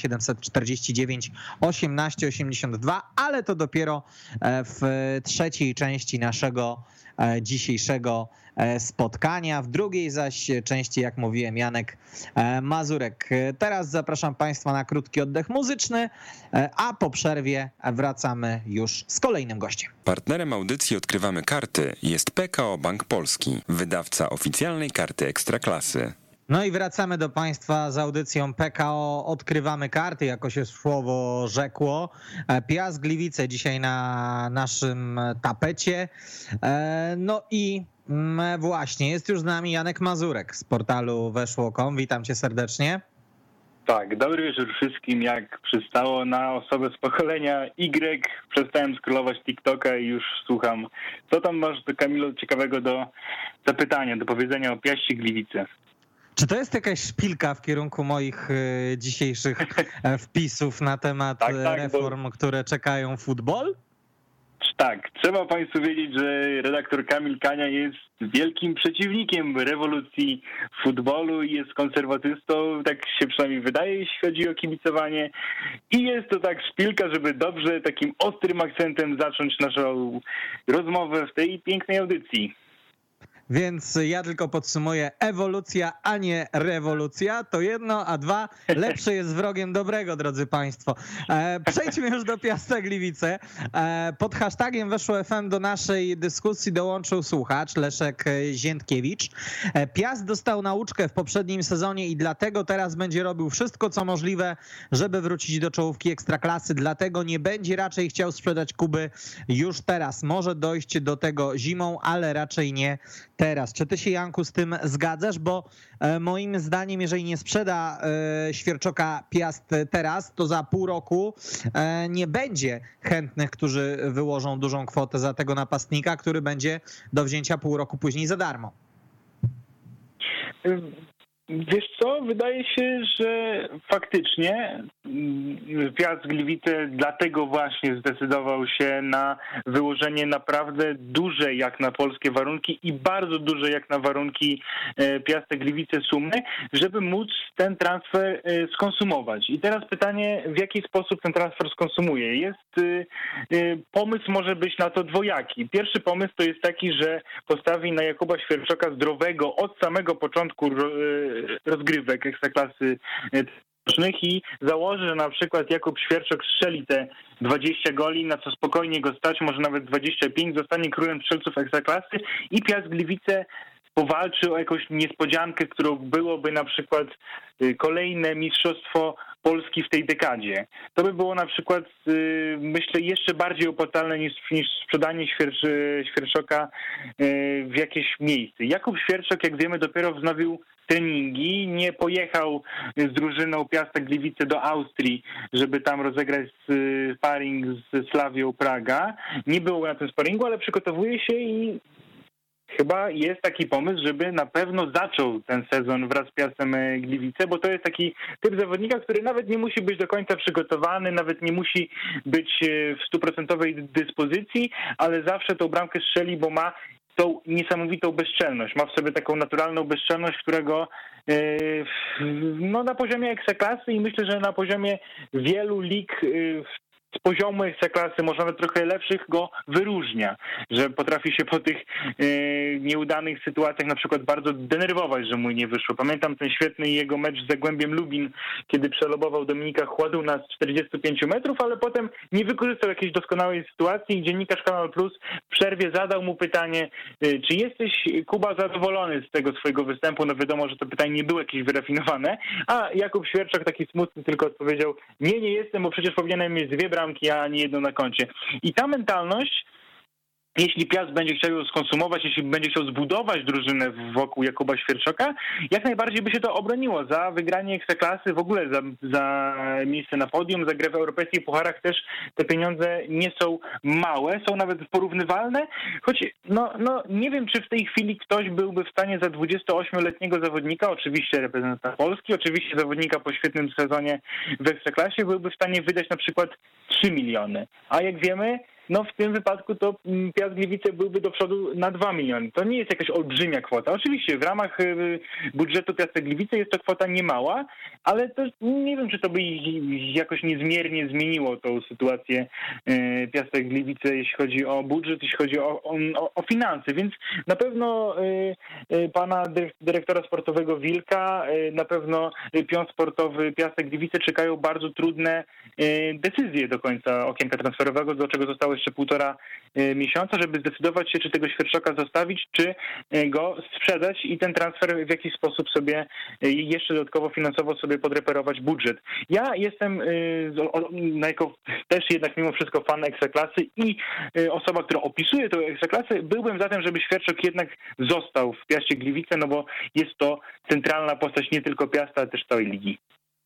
749 18 82, ale to dopiero w trzeciej części naszego dzisiejszego spotkania. W drugiej zaś części, jak mówiłem, Janek Mazurek. Teraz zapraszam Państwa na krótki oddech muzyczny, a po przerwie wracamy już z kolejnym gościem. Partnerem audycji Odkrywamy Karty jest PKO Bank Polski, wydawca oficjalnej karty Ekstraklasy. No i wracamy do Państwa z audycją PKO Odkrywamy Karty, jako się słowo rzekło. Piast Gliwice dzisiaj na naszym tapecie. No i właśnie, jest już z nami Janek Mazurek z portalu Weszło.com. Witam Cię serdecznie. Tak, dobry wieczór wszystkim. Jak przystało na osobę z pokolenia Y, przestałem scrollować TikToka i już słucham. Co tam masz, Kamilu, ciekawego do zapytania, do powiedzenia o Piaście Gliwice? Czy to jest jakaś szpilka w kierunku moich dzisiejszych wpisów na temat reform, które czekają futbol? Tak, trzeba Państwu wiedzieć, że redaktor Kamil Kania jest wielkim przeciwnikiem rewolucji w futbolu i jest konserwatystą, tak się przynajmniej wydaje, jeśli chodzi o kibicowanie. I jest to tak szpilka, żeby dobrze, takim ostrym akcentem zacząć naszą rozmowę w tej pięknej audycji. Więc ja tylko podsumuję, ewolucja, a nie rewolucja, to jedno, a dwa, lepsze jest wrogiem dobrego, drodzy Państwo. Przejdźmy już do Piasta Gliwice. Pod hashtagiem Weszło FM do naszej dyskusji dołączył słuchacz Leszek Ziętkiewicz. Piast dostał nauczkę w poprzednim sezonie i dlatego teraz będzie robił wszystko, co możliwe, żeby wrócić do czołówki Ekstraklasy. Dlatego nie będzie raczej chciał sprzedać Kuby już teraz. Może dojść do tego zimą, ale raczej nie teraz. Czy ty się, Janku, z tym zgadzasz? Bo moim zdaniem, jeżeli nie sprzeda Świerczoka Piast teraz, to za pół roku nie będzie chętnych, którzy wyłożą dużą kwotę za tego napastnika, który będzie do wzięcia pół roku później za darmo. Wiesz co, wydaje się, że faktycznie Piast Gliwice dlatego właśnie zdecydował się na wyłożenie naprawdę duże jak na polskie warunki i bardzo duże jak na warunki Piasta Gliwice sumy, żeby móc ten transfer skonsumować. I teraz pytanie, w jaki sposób ten transfer skonsumuje? Pomysł może być na to dwojaki. Pierwszy pomysł to jest taki, że postawi na Jakuba Świerczoka zdrowego od samego początku rozgrywek Ekstraklasy i założy, że na przykład Jakub Świerczok strzeli te 20 goli, na co spokojnie go stać, może nawet 25, zostanie królem strzelców Ekstraklasy i Piast Gliwice powalczy o jakąś niespodziankę, którą byłoby na przykład kolejne mistrzostwo Polski w tej dekadzie. To by było na przykład, myślę, jeszcze bardziej opłacalne niż sprzedanie Świerczoka w jakieś miejsce. Jakub Świerczok, jak wiemy, dopiero wznowił treningi, nie pojechał z drużyną Piasta Gliwice do Austrii, żeby tam rozegrać sparring z Slawią Praga. Nie było na tym sparingu, ale przygotowuje się i chyba jest taki pomysł, żeby na pewno zaczął ten sezon wraz z Piastem Gliwice, bo to jest taki typ zawodnika, który nawet nie musi być do końca przygotowany, nawet nie musi być w 100% dyspozycji, ale zawsze tą bramkę strzeli, bo ma tą niesamowitą bezczelność. Ma w sobie taką naturalną bezczelność, którego na poziomie Ekstraklasy i myślę, że na poziomie wielu lig z poziomu Ekstraklasy, może nawet trochę lepszych, go wyróżnia, że potrafi się po tych nieudanych sytuacjach na przykład bardzo denerwować, że mu nie wyszło. Pamiętam ten świetny jego mecz z Zagłębiem Lubin, kiedy przelobował Dominika Chładuna z 45 metrów, ale potem nie wykorzystał jakiejś doskonałej sytuacji i dziennikarz Kanal Plus w przerwie zadał mu pytanie, czy jesteś, Kuba, zadowolony z tego swojego występu? No wiadomo, że to pytanie nie było jakieś wyrafinowane, a Jakub Świerczok taki smutny tylko odpowiedział, nie jestem, bo przecież powinienem mieć 2 bramki, a nie jedną na koncie. I ta mentalność jeśli Piast będzie chciał ją skonsumować, jeśli będzie chciał zbudować drużynę wokół Jakuba Świerczoka, jak najbardziej by się to obroniło. Za wygranie Ekstraklasy, w ogóle za miejsce na podium, za grę w europejskich pucharach też te pieniądze nie są małe, są nawet porównywalne, choć nie wiem, czy w tej chwili ktoś byłby w stanie za 28-letniego zawodnika, oczywiście reprezentanta Polski, oczywiście zawodnika po świetnym sezonie w Ekstraklasie, byłby w stanie wydać na przykład 3 miliony. A jak wiemy, w tym wypadku to Piast Gliwice byłby do przodu na 2 miliony. To nie jest jakaś olbrzymia kwota. Oczywiście w ramach budżetu Piasta Gliwice jest to kwota niemała, ale to nie wiem, czy to by jakoś niezmiernie zmieniło tą sytuację Piasta Gliwice, jeśli chodzi o budżet, jeśli chodzi o finanse. Więc na pewno pana dyrektora sportowego Wilka, na pewno pion sportowy Piasta Gliwice czekają bardzo trudne decyzje do końca okienka transferowego, do czego zostało jeszcze 1,5 miesiąca, żeby zdecydować się, czy tego Świerczoka zostawić, czy go sprzedać i ten transfer w jakiś sposób sobie jeszcze dodatkowo finansowo sobie podreperować budżet. Ja jestem też jednak mimo wszystko fan Ekstraklasy i osoba, która opisuje tę Ekstraklasę, byłbym za tym, żeby Świerczok jednak został w Piaście Gliwice, bo jest to centralna postać nie tylko Piasta, ale też całej ligi.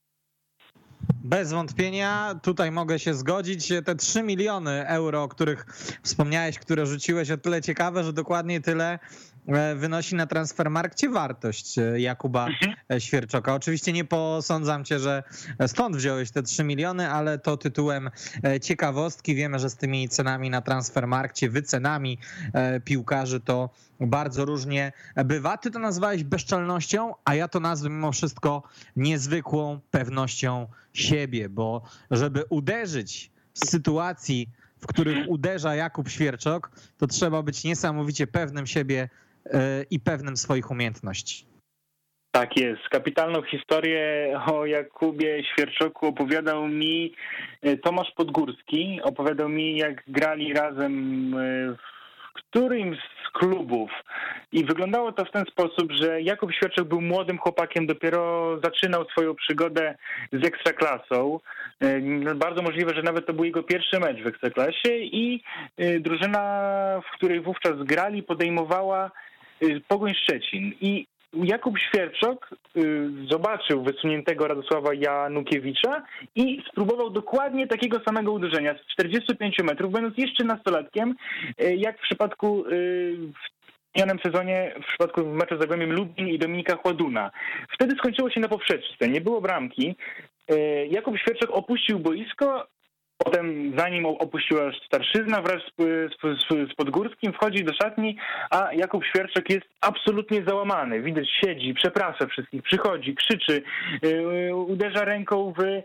Bez wątpienia, tutaj mogę się zgodzić. Te 3 miliony euro, o których wspomniałeś, które rzuciłeś, o tyle ciekawe, że dokładnie tyle wynosi na Transfermarkcie wartość Jakuba Świerczoka. Oczywiście nie posądzam cię, że stąd wziąłeś te 3 miliony, ale to tytułem ciekawostki. Wiemy, że z tymi cenami na Transfermarkcie, wycenami piłkarzy to bardzo różnie bywa. Ty to nazwałeś bezczelnością, a ja to nazwę mimo wszystko niezwykłą pewnością siebie, bo żeby uderzyć z sytuacji, w których uderza Jakub Świerczok, to trzeba być niesamowicie pewnym siebie i pewnym swoich umiejętności. Tak jest. Kapitalną historię o Jakubie Świerczoku opowiadał mi Tomasz Podgórski. Opowiadał mi, jak grali razem w którymś z klubów. I wyglądało to w ten sposób, że Jakub Świerczok był młodym chłopakiem, dopiero zaczynał swoją przygodę z Ekstraklasą. Bardzo możliwe, że nawet to był jego pierwszy mecz w Ekstraklasie i drużyna, w której wówczas grali, podejmowała Pogoń Szczecin. I Jakub Świerczok zobaczył wysuniętego Radosława Janukiewicza i spróbował dokładnie takiego samego uderzenia z 45 metrów, będąc jeszcze nastolatkiem, jak w przypadku w minionym sezonie, w przypadku meczu z Zagłębiem Lubin i Dominika Chładuna. Wtedy skończyło się na poprzeczce, nie było bramki. Jakub Świerczok opuścił boisko. Potem za nim opuściła starszyzna wraz z Podgórskim, wchodzi do szatni, a Jakub Świerczok jest absolutnie załamany. Widać, siedzi, przeprasza wszystkich, przychodzi, krzyczy, uderza ręką w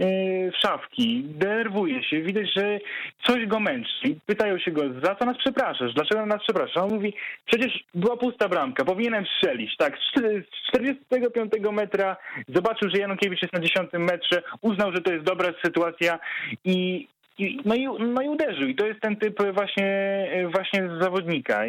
szafki, denerwuje się, widać, że coś go męczy. Pytają się go, za co nas przepraszasz? Dlaczego nas przepraszasz? On mówi, przecież była pusta bramka, powinienem strzelić. Tak, z 45 metra zobaczył, że Janukiewicz jest na 10 metrze, uznał, że to jest dobra sytuacja i uderzył. I to jest ten typ właśnie zawodnika.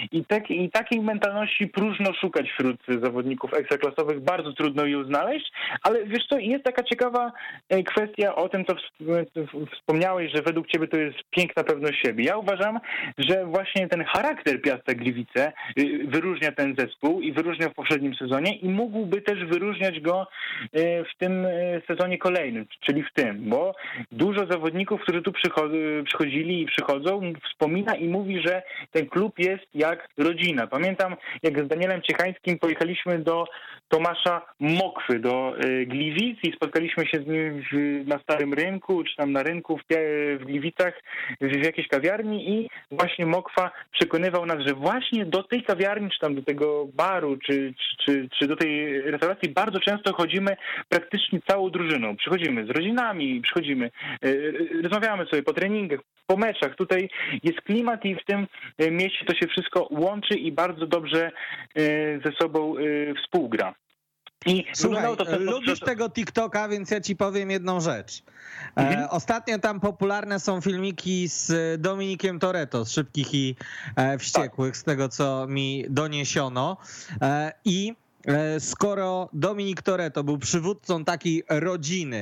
I takiej mentalności próżno szukać wśród zawodników ekstraklasowych. Bardzo trudno ją znaleźć, ale wiesz co, jest taka ciekawa kwestia o tym, co wspomniałeś, że według ciebie to jest piękna pewność siebie. Ja uważam, że właśnie ten charakter Piasta Gliwice wyróżnia ten zespół i wyróżniał w poprzednim sezonie i mógłby też wyróżniać go w tym sezonie kolejnym, czyli w tym, bo dużo zawodników, którzy tu przychodzili i przychodzą, wspomina i mówi, że ten klub jest jak rodzina. Pamiętam, jak z Danielem Ciechańskim pojechaliśmy do Tomasza Mokwy, do Gliwic i spotkaliśmy się z nim na Starym Rynku, czy tam na rynku w Gliwicach, w jakiejś kawiarni i właśnie Mokwa przekonywał nas, że właśnie do tej kawiarni, czy tam do tego baru, czy do tej restauracji bardzo często chodzimy praktycznie całą drużyną. Przychodzimy z rodzinami, rozmawiamy sobie po treningach, po meczach. Tutaj jest klimat i w tym mieście to się wszystko łączy i bardzo dobrze ze sobą współgra. Słuchaj, lubisz tego TikToka, więc ja ci powiem jedną rzecz. Ostatnio tam popularne są filmiki z Dominikiem Toretto, z Szybkich i Wściekłych, z tego co mi doniesiono. I skoro Dominik Toretto był przywódcą takiej rodziny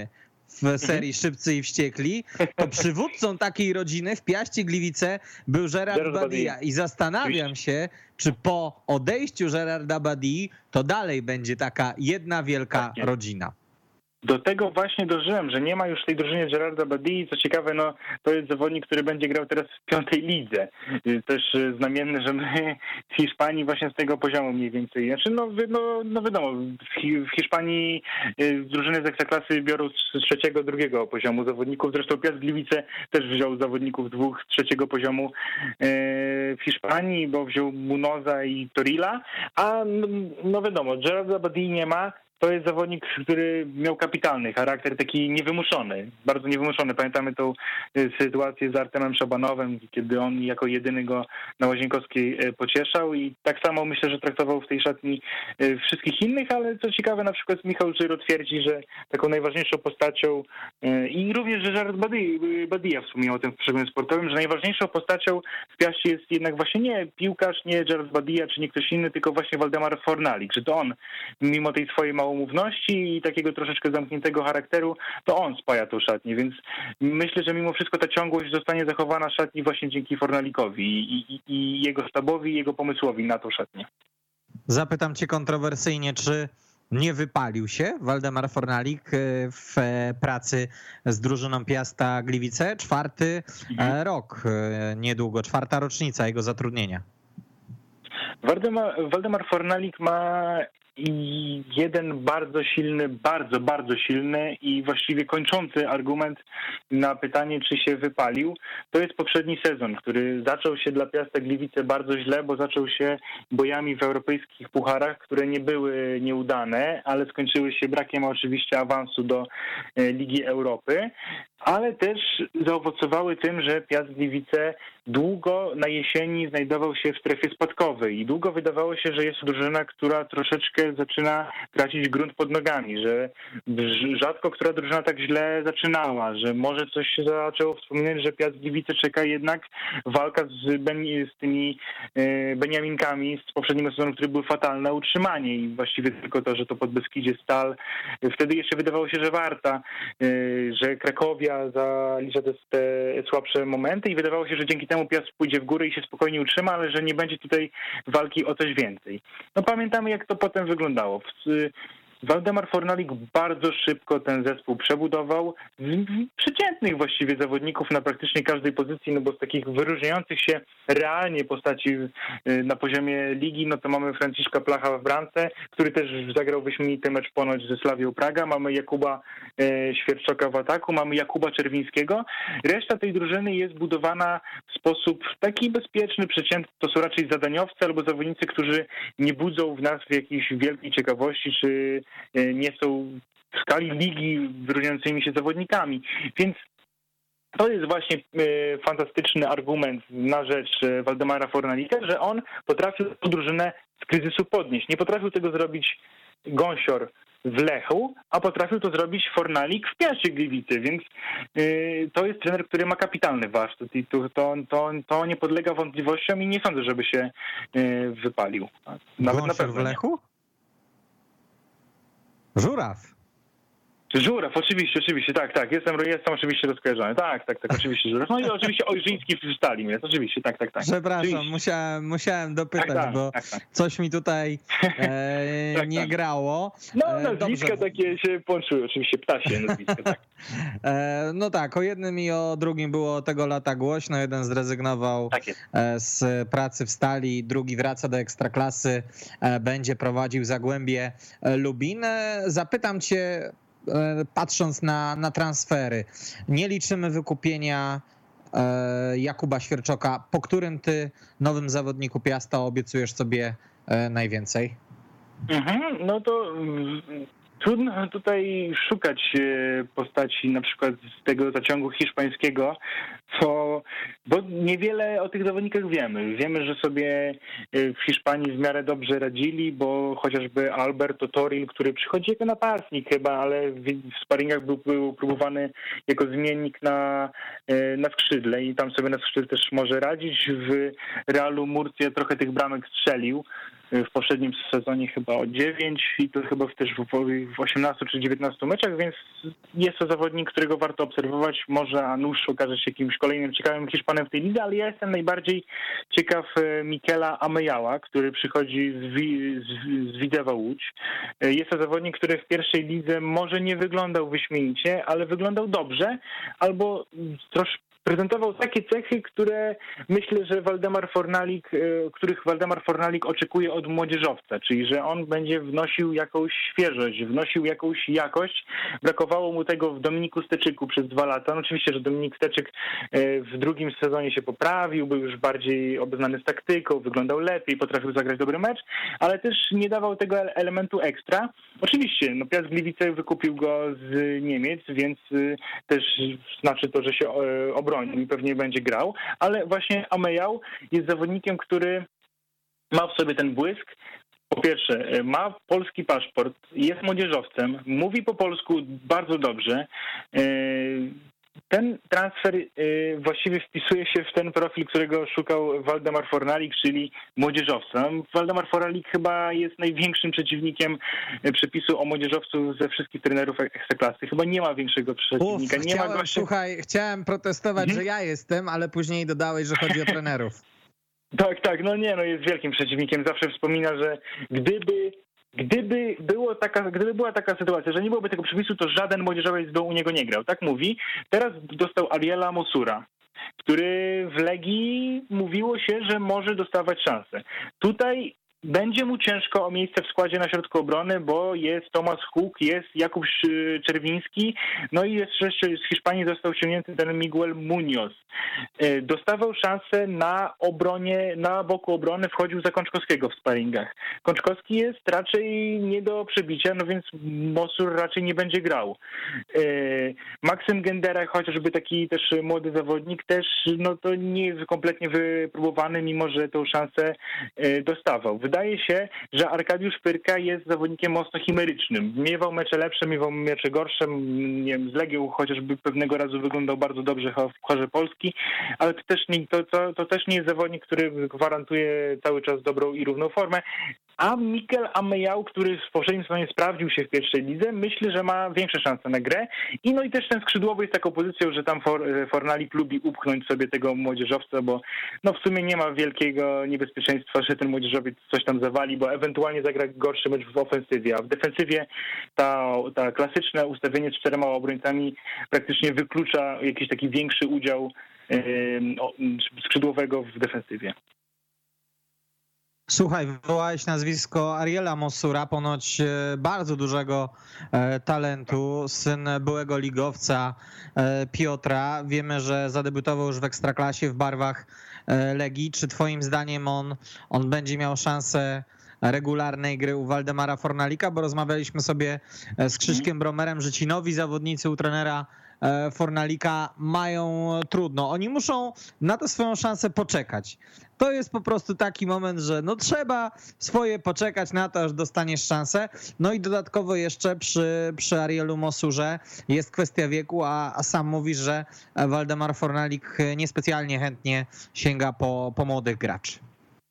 w serii Szybcy i Wściekli, to przywódcą takiej rodziny w Piaście Gliwice był Gerard Badia. I zastanawiam się, czy po odejściu Gerarda Badii to dalej będzie taka jedna wielka rodzina. Do tego właśnie dążyłem, że nie ma już w tej drużynie Gerarda Badii. Co ciekawe, no to jest zawodnik, który będzie grał teraz w 5. lidze. Też znamienne, że my w Hiszpanii właśnie z tego poziomu mniej więcej. Znaczy, no wiadomo, w Hiszpanii drużyny z Ekstraklasy biorą z 3., 2. poziomu zawodników. Zresztą Piast Gliwice też wziął zawodników 2., 3. poziomu w Hiszpanii, bo wziął Munoza i Torilla. A no wiadomo, Gerarda Badii nie ma. To jest zawodnik, który miał kapitalny charakter, taki niewymuszony, bardzo niewymuszony. Pamiętamy tą sytuację z Artemem Szabanowem, kiedy on jako jedyny go na Łazienkowskiej pocieszał i tak samo myślę, że traktował w tej szatni wszystkich innych, ale co ciekawe, na przykład Michał Żyro twierdzi, że taką najważniejszą postacią i również Gerard Badia wspomniał o tym w przeglądzie sportowym, że najważniejszą postacią w Piaście jest jednak właśnie nie piłkarz, nie Gerard Badia czy nie ktoś inny, tylko właśnie Waldemar Fornalik, że to on mimo tej swojej małomówności i takiego troszeczkę zamkniętego charakteru, to on spaja tą szatnię, więc myślę, że mimo wszystko ta ciągłość zostanie zachowana szatni właśnie dzięki Fornalikowi i jego sztabowi, i jego pomysłowi na tą szatnię. Zapytam cię kontrowersyjnie, czy nie wypalił się Waldemar Fornalik w pracy z drużyną Piasta Gliwice? 4. rok, niedługo, 4. rocznica jego zatrudnienia. Waldemar Fornalik ma jeden bardzo silny, bardzo silny i właściwie kończący argument na pytanie, czy się wypalił. To jest poprzedni sezon, który zaczął się dla Piasta Gliwice bardzo źle, bo zaczął się bojami w europejskich pucharach, które nie były nieudane, ale skończyły się brakiem oczywiście awansu do Ligi Europy, ale też zaowocowały tym, że Piast Gliwice długo na jesieni znajdował się w strefie spadkowej i długo wydawało się, że jest drużyna, która troszeczkę zaczyna tracić grunt pod nogami, że rzadko która drużyna tak źle zaczynała, że może coś się zaczęło wspominać, że Piast Gliwice czeka jednak walka z tymi Beniaminkami z poprzedniego sezonu, który był fatalny, utrzymanie i właściwie tylko to, że to Podbeskidzie Stal. Wtedy jeszcze wydawało się, że Warta, że Krakowia zalicza te słabsze momenty i wydawało się, że dzięki temu Piast pójdzie w górę i się spokojnie utrzyma, ale że nie będzie tutaj walki o coś więcej. No pamiętamy, jak to potem wyglądało. Waldemar Fornalik bardzo szybko ten zespół przebudował z przeciętnych właściwie zawodników na praktycznie każdej pozycji, no bo z takich wyróżniających się realnie postaci na poziomie ligi, no to mamy Franciszka Placha w bramce, który też zagrał wyśmienity mecz ponoć ze Slawią Praga, mamy Jakuba Świerczoka w ataku, mamy Jakuba Czerwińskiego. Reszta tej drużyny jest budowana w sposób taki bezpieczny, przeciętny, to są raczej zadaniowcy albo zawodnicy, którzy nie budzą w nas jakiejś wielkiej ciekawości, czy nie są w skali ligi wyróżniającymi się zawodnikami. Więc to jest właśnie fantastyczny argument na rzecz Waldemara Fornalika, że on potrafił tę drużynę z kryzysu podnieść. Nie potrafił tego zrobić Gąsior w Lechu, a potrafił to zrobić Fornalik w Piaście Gliwice, więc to jest trener, który ma kapitalny warsztat i to nie podlega wątpliwościom i nie sądzę, żeby się wypalił. Nawet Gąsior na pewno w Lechu? Żuraw, oczywiście, tak. Jestem oczywiście rozkojarzony. Tak, oczywiście Żuraw. No i oczywiście Ojrzyński w Stali, więc oczywiście, tak. Przepraszam, musiałem dopytać, bo coś mi tutaj nie grało. No, nazwiska takie się połączyły, oczywiście, ptasie nazwiska, tak. No tak, o jednym i o drugim było tego lata głośno. Jeden zrezygnował z pracy w Stali, drugi wraca do Ekstraklasy, będzie prowadził Zagłębie Lubin. Zapytam cię, patrząc na transfery, nie liczymy wykupienia Jakuba Świerczoka. Po którym ty nowym zawodniku Piasta obiecujesz sobie najwięcej? No to trudno tutaj szukać postaci na przykład z tego zaciągu hiszpańskiego, bo niewiele o tych zawodnikach wiemy. Wiemy, że sobie w Hiszpanii w miarę dobrze radzili, bo chociażby Alberto Toril, który przychodzi jako napastnik chyba, ale w sparingach był próbowany jako zmiennik na skrzydle i tam sobie na skrzydle też może radzić. W Realu Murcia trochę tych bramek strzelił. w poprzednim sezonie chyba o 9 i to chyba też w 18 czy 19 meczach, więc jest to zawodnik, którego warto obserwować. Może a nuż okaże się jakimś kolejnym ciekawym Hiszpanem w tej lidze, ale ja jestem najbardziej ciekaw Mikela Amejała, który przychodzi z Widzewa Łódź. Jest to zawodnik, który w pierwszej lidze może nie wyglądał wyśmienicie, ale wyglądał dobrze, albo troszkę prezentował takie cechy, które myślę, że których Waldemar Fornalik oczekuje od młodzieżowca, czyli że on będzie wnosił jakąś świeżość, wnosił jakąś jakość. Brakowało mu tego w Dominiku Steczyku przez 2 lata. No oczywiście, że Dominik Steczyk w drugim sezonie się poprawił, był już bardziej obeznany z taktyką, wyglądał lepiej, potrafił zagrać dobry mecz, ale też nie dawał tego elementu ekstra. Oczywiście, no Piast Gliwice wykupił go z Niemiec, więc też znaczy to, że się obronił i pewnie będzie grał, ale właśnie Amejał jest zawodnikiem, który ma w sobie ten błysk. Po pierwsze, ma polski paszport, jest młodzieżowcem, mówi po polsku bardzo dobrze. Ten transfer właściwie wpisuje się w ten profil, którego szukał Waldemar Fornalik, czyli młodzieżowca. Waldemar Fornalik chyba jest największym przeciwnikiem przepisu o młodzieżowcu ze wszystkich trenerów Ekstraklasy. Chyba nie ma większego przeciwnika. Chciałem protestować, że ja jestem, ale później dodałeś, że chodzi o trenerów. Tak, jest wielkim przeciwnikiem. Zawsze wspomina, że Gdyby była taka sytuacja, że nie byłoby tego przepisu, to żaden młodzieżowiec by u niego nie grał. Tak mówi. Teraz dostał Ariela Mosura, który w Legii mówiło się, że może dostawać szansę. Tutaj będzie mu ciężko o miejsce w składzie na środku obrony, bo jest Tomasz Huk, jest Jakub Czerwiński, no i jeszcze z Hiszpanii został ściągnięty ten Miguel Munoz. Dostawał szansę na boku obrony, wchodził za Kączkowskiego w sparingach. Kączkowski jest raczej nie do przebicia, no więc Mosur raczej nie będzie grał. Maksym Gendera, chociażby taki też młody zawodnik, też no to nie jest kompletnie wypróbowany, mimo że tą szansę dostawał. Wydaje się, że Arkadiusz Pyrka jest zawodnikiem mocno chimerycznym. Miewał mecze lepsze, miewał mecze gorsze. Nie wiem, z Legią chociażby pewnego razu wyglądał bardzo dobrze w Pucharze Polski, ale to też nie jest zawodnik, który gwarantuje cały czas dobrą i równą formę. A Mikel Amejał, który w poprzednim sezonie sprawdził się w pierwszej lidze, myślę, że ma większe szanse na grę. I też ten skrzydłowy jest taką pozycją, że tam Fornalik lubi upchnąć sobie tego młodzieżowca, bo no w sumie nie ma wielkiego niebezpieczeństwa, że ten młodzieżowiec coś tam zawali, bo ewentualnie zagra gorszy mecz w ofensywie, a w defensywie ta klasyczne ustawienie z 4 obrońcami praktycznie wyklucza jakiś taki większy udział skrzydłowego w defensywie. Słuchaj, wywołałeś nazwisko Ariela Mosura, ponoć bardzo dużego talentu, syn byłego ligowca Piotra. Wiemy, że zadebiutował już w Ekstraklasie w barwach Legii. Czy twoim zdaniem on będzie miał szansę regularnej gry u Waldemara Fornalika? Bo rozmawialiśmy sobie z Krzyśkiem Bromerem, że ci nowi zawodnicy u trenera Fornalika mają trudno. Oni muszą na tę swoją szansę poczekać. To jest po prostu taki moment, że no trzeba swoje poczekać na to, aż dostaniesz szansę. No i dodatkowo jeszcze przy Arielu Mosurze jest kwestia wieku, a sam mówisz, że Waldemar Fornalik niespecjalnie chętnie sięga po młodych graczy.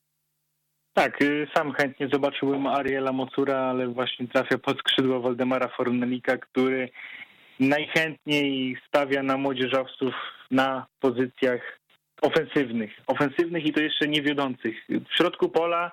Tak, sam chętnie zobaczyłbym Ariela Mosura, ale właśnie trafia pod skrzydło Waldemara Fornalika, który najchętniej stawia na młodzieżowców na pozycjach ofensywnych i to jeszcze nie wiodących. W środku pola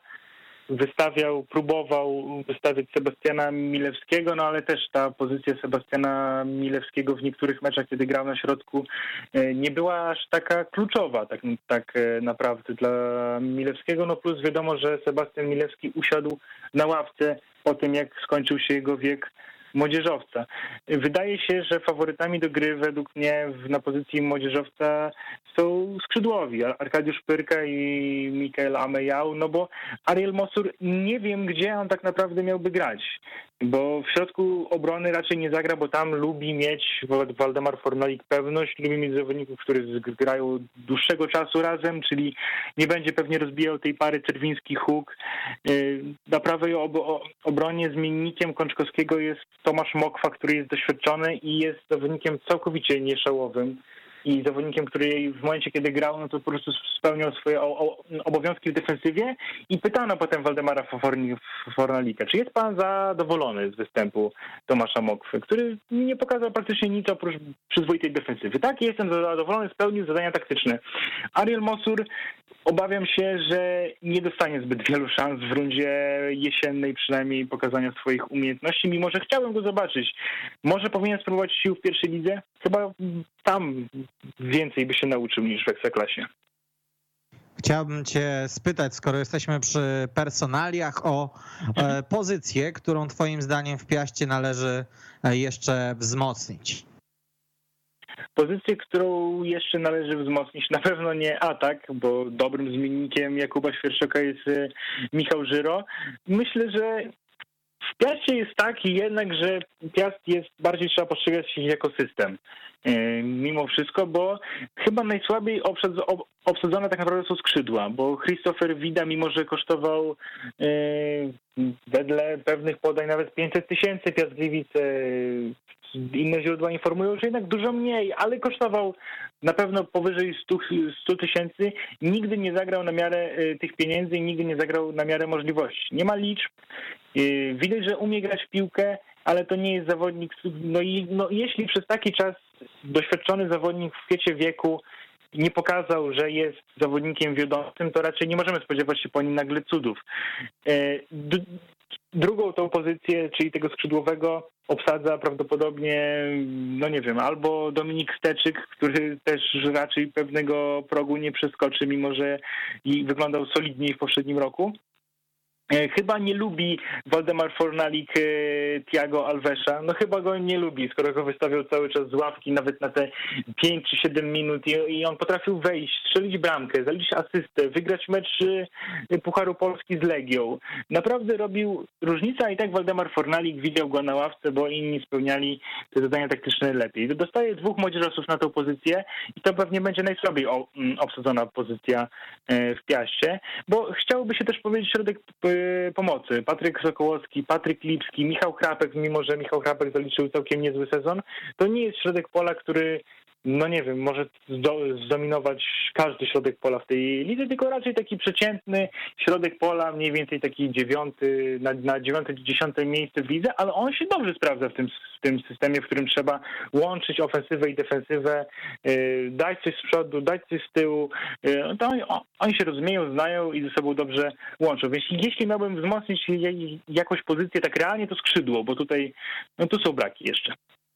próbował wystawiać Sebastiana Milewskiego, no ale też ta pozycja Sebastiana Milewskiego w niektórych meczach, kiedy grał na środku, nie była aż taka kluczowa tak naprawdę dla Milewskiego, no plus wiadomo, że Sebastian Milewski usiadł na ławce po tym, jak skończył się jego wiek młodzieżowca. Wydaje się, że faworytami do gry według mnie na pozycji młodzieżowca są skrzydłowi, Arkadiusz Pyrka i Mikel Amejał, no bo Ariel Mosur nie wiem, gdzie on tak naprawdę miałby grać, bo w środku obrony raczej nie zagra, bo tam lubi mieć Waldemar Fornalik pewność, lubi mieć zawodników, którzy grają dłuższego czasu razem, czyli nie będzie pewnie rozbijał tej pary Czerwiński-Huk. Na prawej obronie zmiennikiem Kączkowskiego jest Tomasz Mokwa, który jest doświadczony i jest zawodnikiem całkowicie nieszałowym i zawodnikiem, który w momencie, kiedy grał, no to po prostu spełniał swoje obowiązki w defensywie i pytano potem Waldemara Fornalika, czy jest pan zadowolony z występu Tomasza Mokwy, który nie pokazał praktycznie nic oprócz przyzwoitej defensywy. Tak, jestem zadowolony, spełnił zadania taktyczne. Ariel Mosur, obawiam się, że nie dostanie zbyt wielu szans w rundzie jesiennej przynajmniej pokazania swoich umiejętności, mimo że chciałem go zobaczyć. Może powinien spróbować sił w pierwszej lidze? Chyba tam więcej by się nauczył niż w Ekstraklasie. Chciałbym cię spytać, skoro jesteśmy przy personaliach, o pozycję, którą twoim zdaniem w Piaście należy jeszcze wzmocnić. Pozycję, którą jeszcze należy wzmocnić, na pewno nie atak, bo dobrym zmiennikiem Jakuba Świerczoka jest Michał Żyro. Myślę, że w Piaście jest tak jednak, że Piast jest bardziej trzeba postrzegać się jako system. Mimo wszystko, bo chyba najsłabiej obsadzone tak naprawdę są skrzydła, bo Christopher Wida, mimo że kosztował wedle pewnych podań nawet 500 000 Piast Gliwice, inne źródła informują, że jednak dużo mniej, ale kosztował na pewno powyżej 100 000, nigdy nie zagrał na miarę tych pieniędzy i nigdy nie zagrał na miarę możliwości. Nie ma liczb, widać, że umie grać w piłkę, ale to nie jest zawodnik, jeśli przez taki czas doświadczony zawodnik w kwiecie wieku nie pokazał, że jest zawodnikiem wiodącym, to raczej nie możemy spodziewać się po nim nagle cudów. Drugą tą pozycję, czyli tego skrzydłowego, obsadza prawdopodobnie, albo Dominik Steczyk, który też raczej pewnego progu nie przeskoczy, mimo że wyglądał solidniej w poprzednim roku. Chyba nie lubi Waldemar Fornalik Thiago Alvesa. Chyba go nie lubi, skoro go wystawiał cały czas z ławki, nawet na te 5 czy 7 minut i on potrafił wejść, strzelić bramkę, zaliczyć asystę, wygrać mecz Pucharu Polski z Legią. Naprawdę robił różnicę, a i tak Waldemar Fornalik widział go na ławce, bo inni spełniali te zadania taktyczne lepiej. Dostaje 2 młodzieżowców na tą pozycję i to pewnie będzie najsłabiej obsadzona pozycja w Piaście, bo chciałoby się też powiedzieć środek pomocy. Patryk Sokołowski, Patryk Lipski, Michał Chrapek, mimo że Michał Chrapek zaliczył całkiem niezły sezon, to nie jest środek pola, który może zdominować każdy środek pola w tej lidze, tylko raczej taki przeciętny środek pola, mniej więcej taki 9, na 9 czy 10 miejsce w lidze, ale on się dobrze sprawdza w tym systemie, w którym trzeba łączyć ofensywę i defensywę, dać coś z przodu, dać coś z tyłu. To oni się rozumieją, znają i ze sobą dobrze łączą. Więc jeśli miałbym wzmocnić jakąś pozycję tak realnie, to skrzydło, bo tutaj tu są braki jeszcze.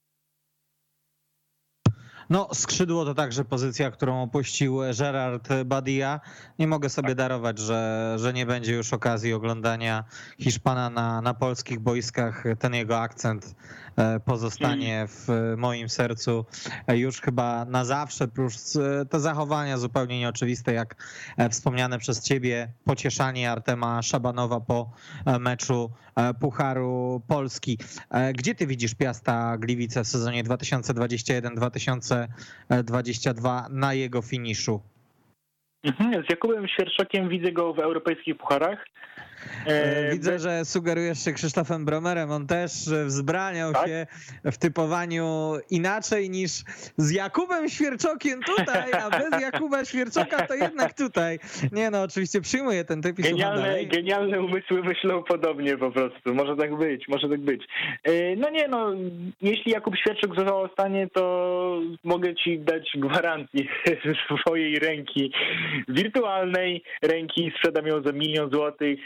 Skrzydło to także pozycja, którą opuścił Gerard Badia. Nie mogę sobie darować, że nie będzie już okazji oglądania Hiszpana na polskich boiskach. Ten jego akcent pozostanie w moim sercu już chyba na zawsze, plus te zachowania zupełnie nieoczywiste, jak wspomniane przez ciebie pocieszanie Artema Szabanowa po meczu Pucharu Polski. Gdzie ty widzisz Piasta Gliwice w sezonie 2021-2022 na jego finiszu? Z Jakubem Świerczokiem widzę go w europejskich pucharach. Widzę, że sugerujesz się Krzysztofem Bromerem. On też wzbraniał się w typowaniu inaczej niż z Jakubem Świerczokiem tutaj, a bez Jakuba Świerczoka to jednak tutaj. Oczywiście przyjmuję ten typ i Genialne umysły myślą podobnie po prostu. Może tak być. Jeśli Jakub Świerczok zostanie, to mogę ci dać gwarancję swojej ręki, wirtualnej ręki, sprzedam ją za 1 000 000 złotych,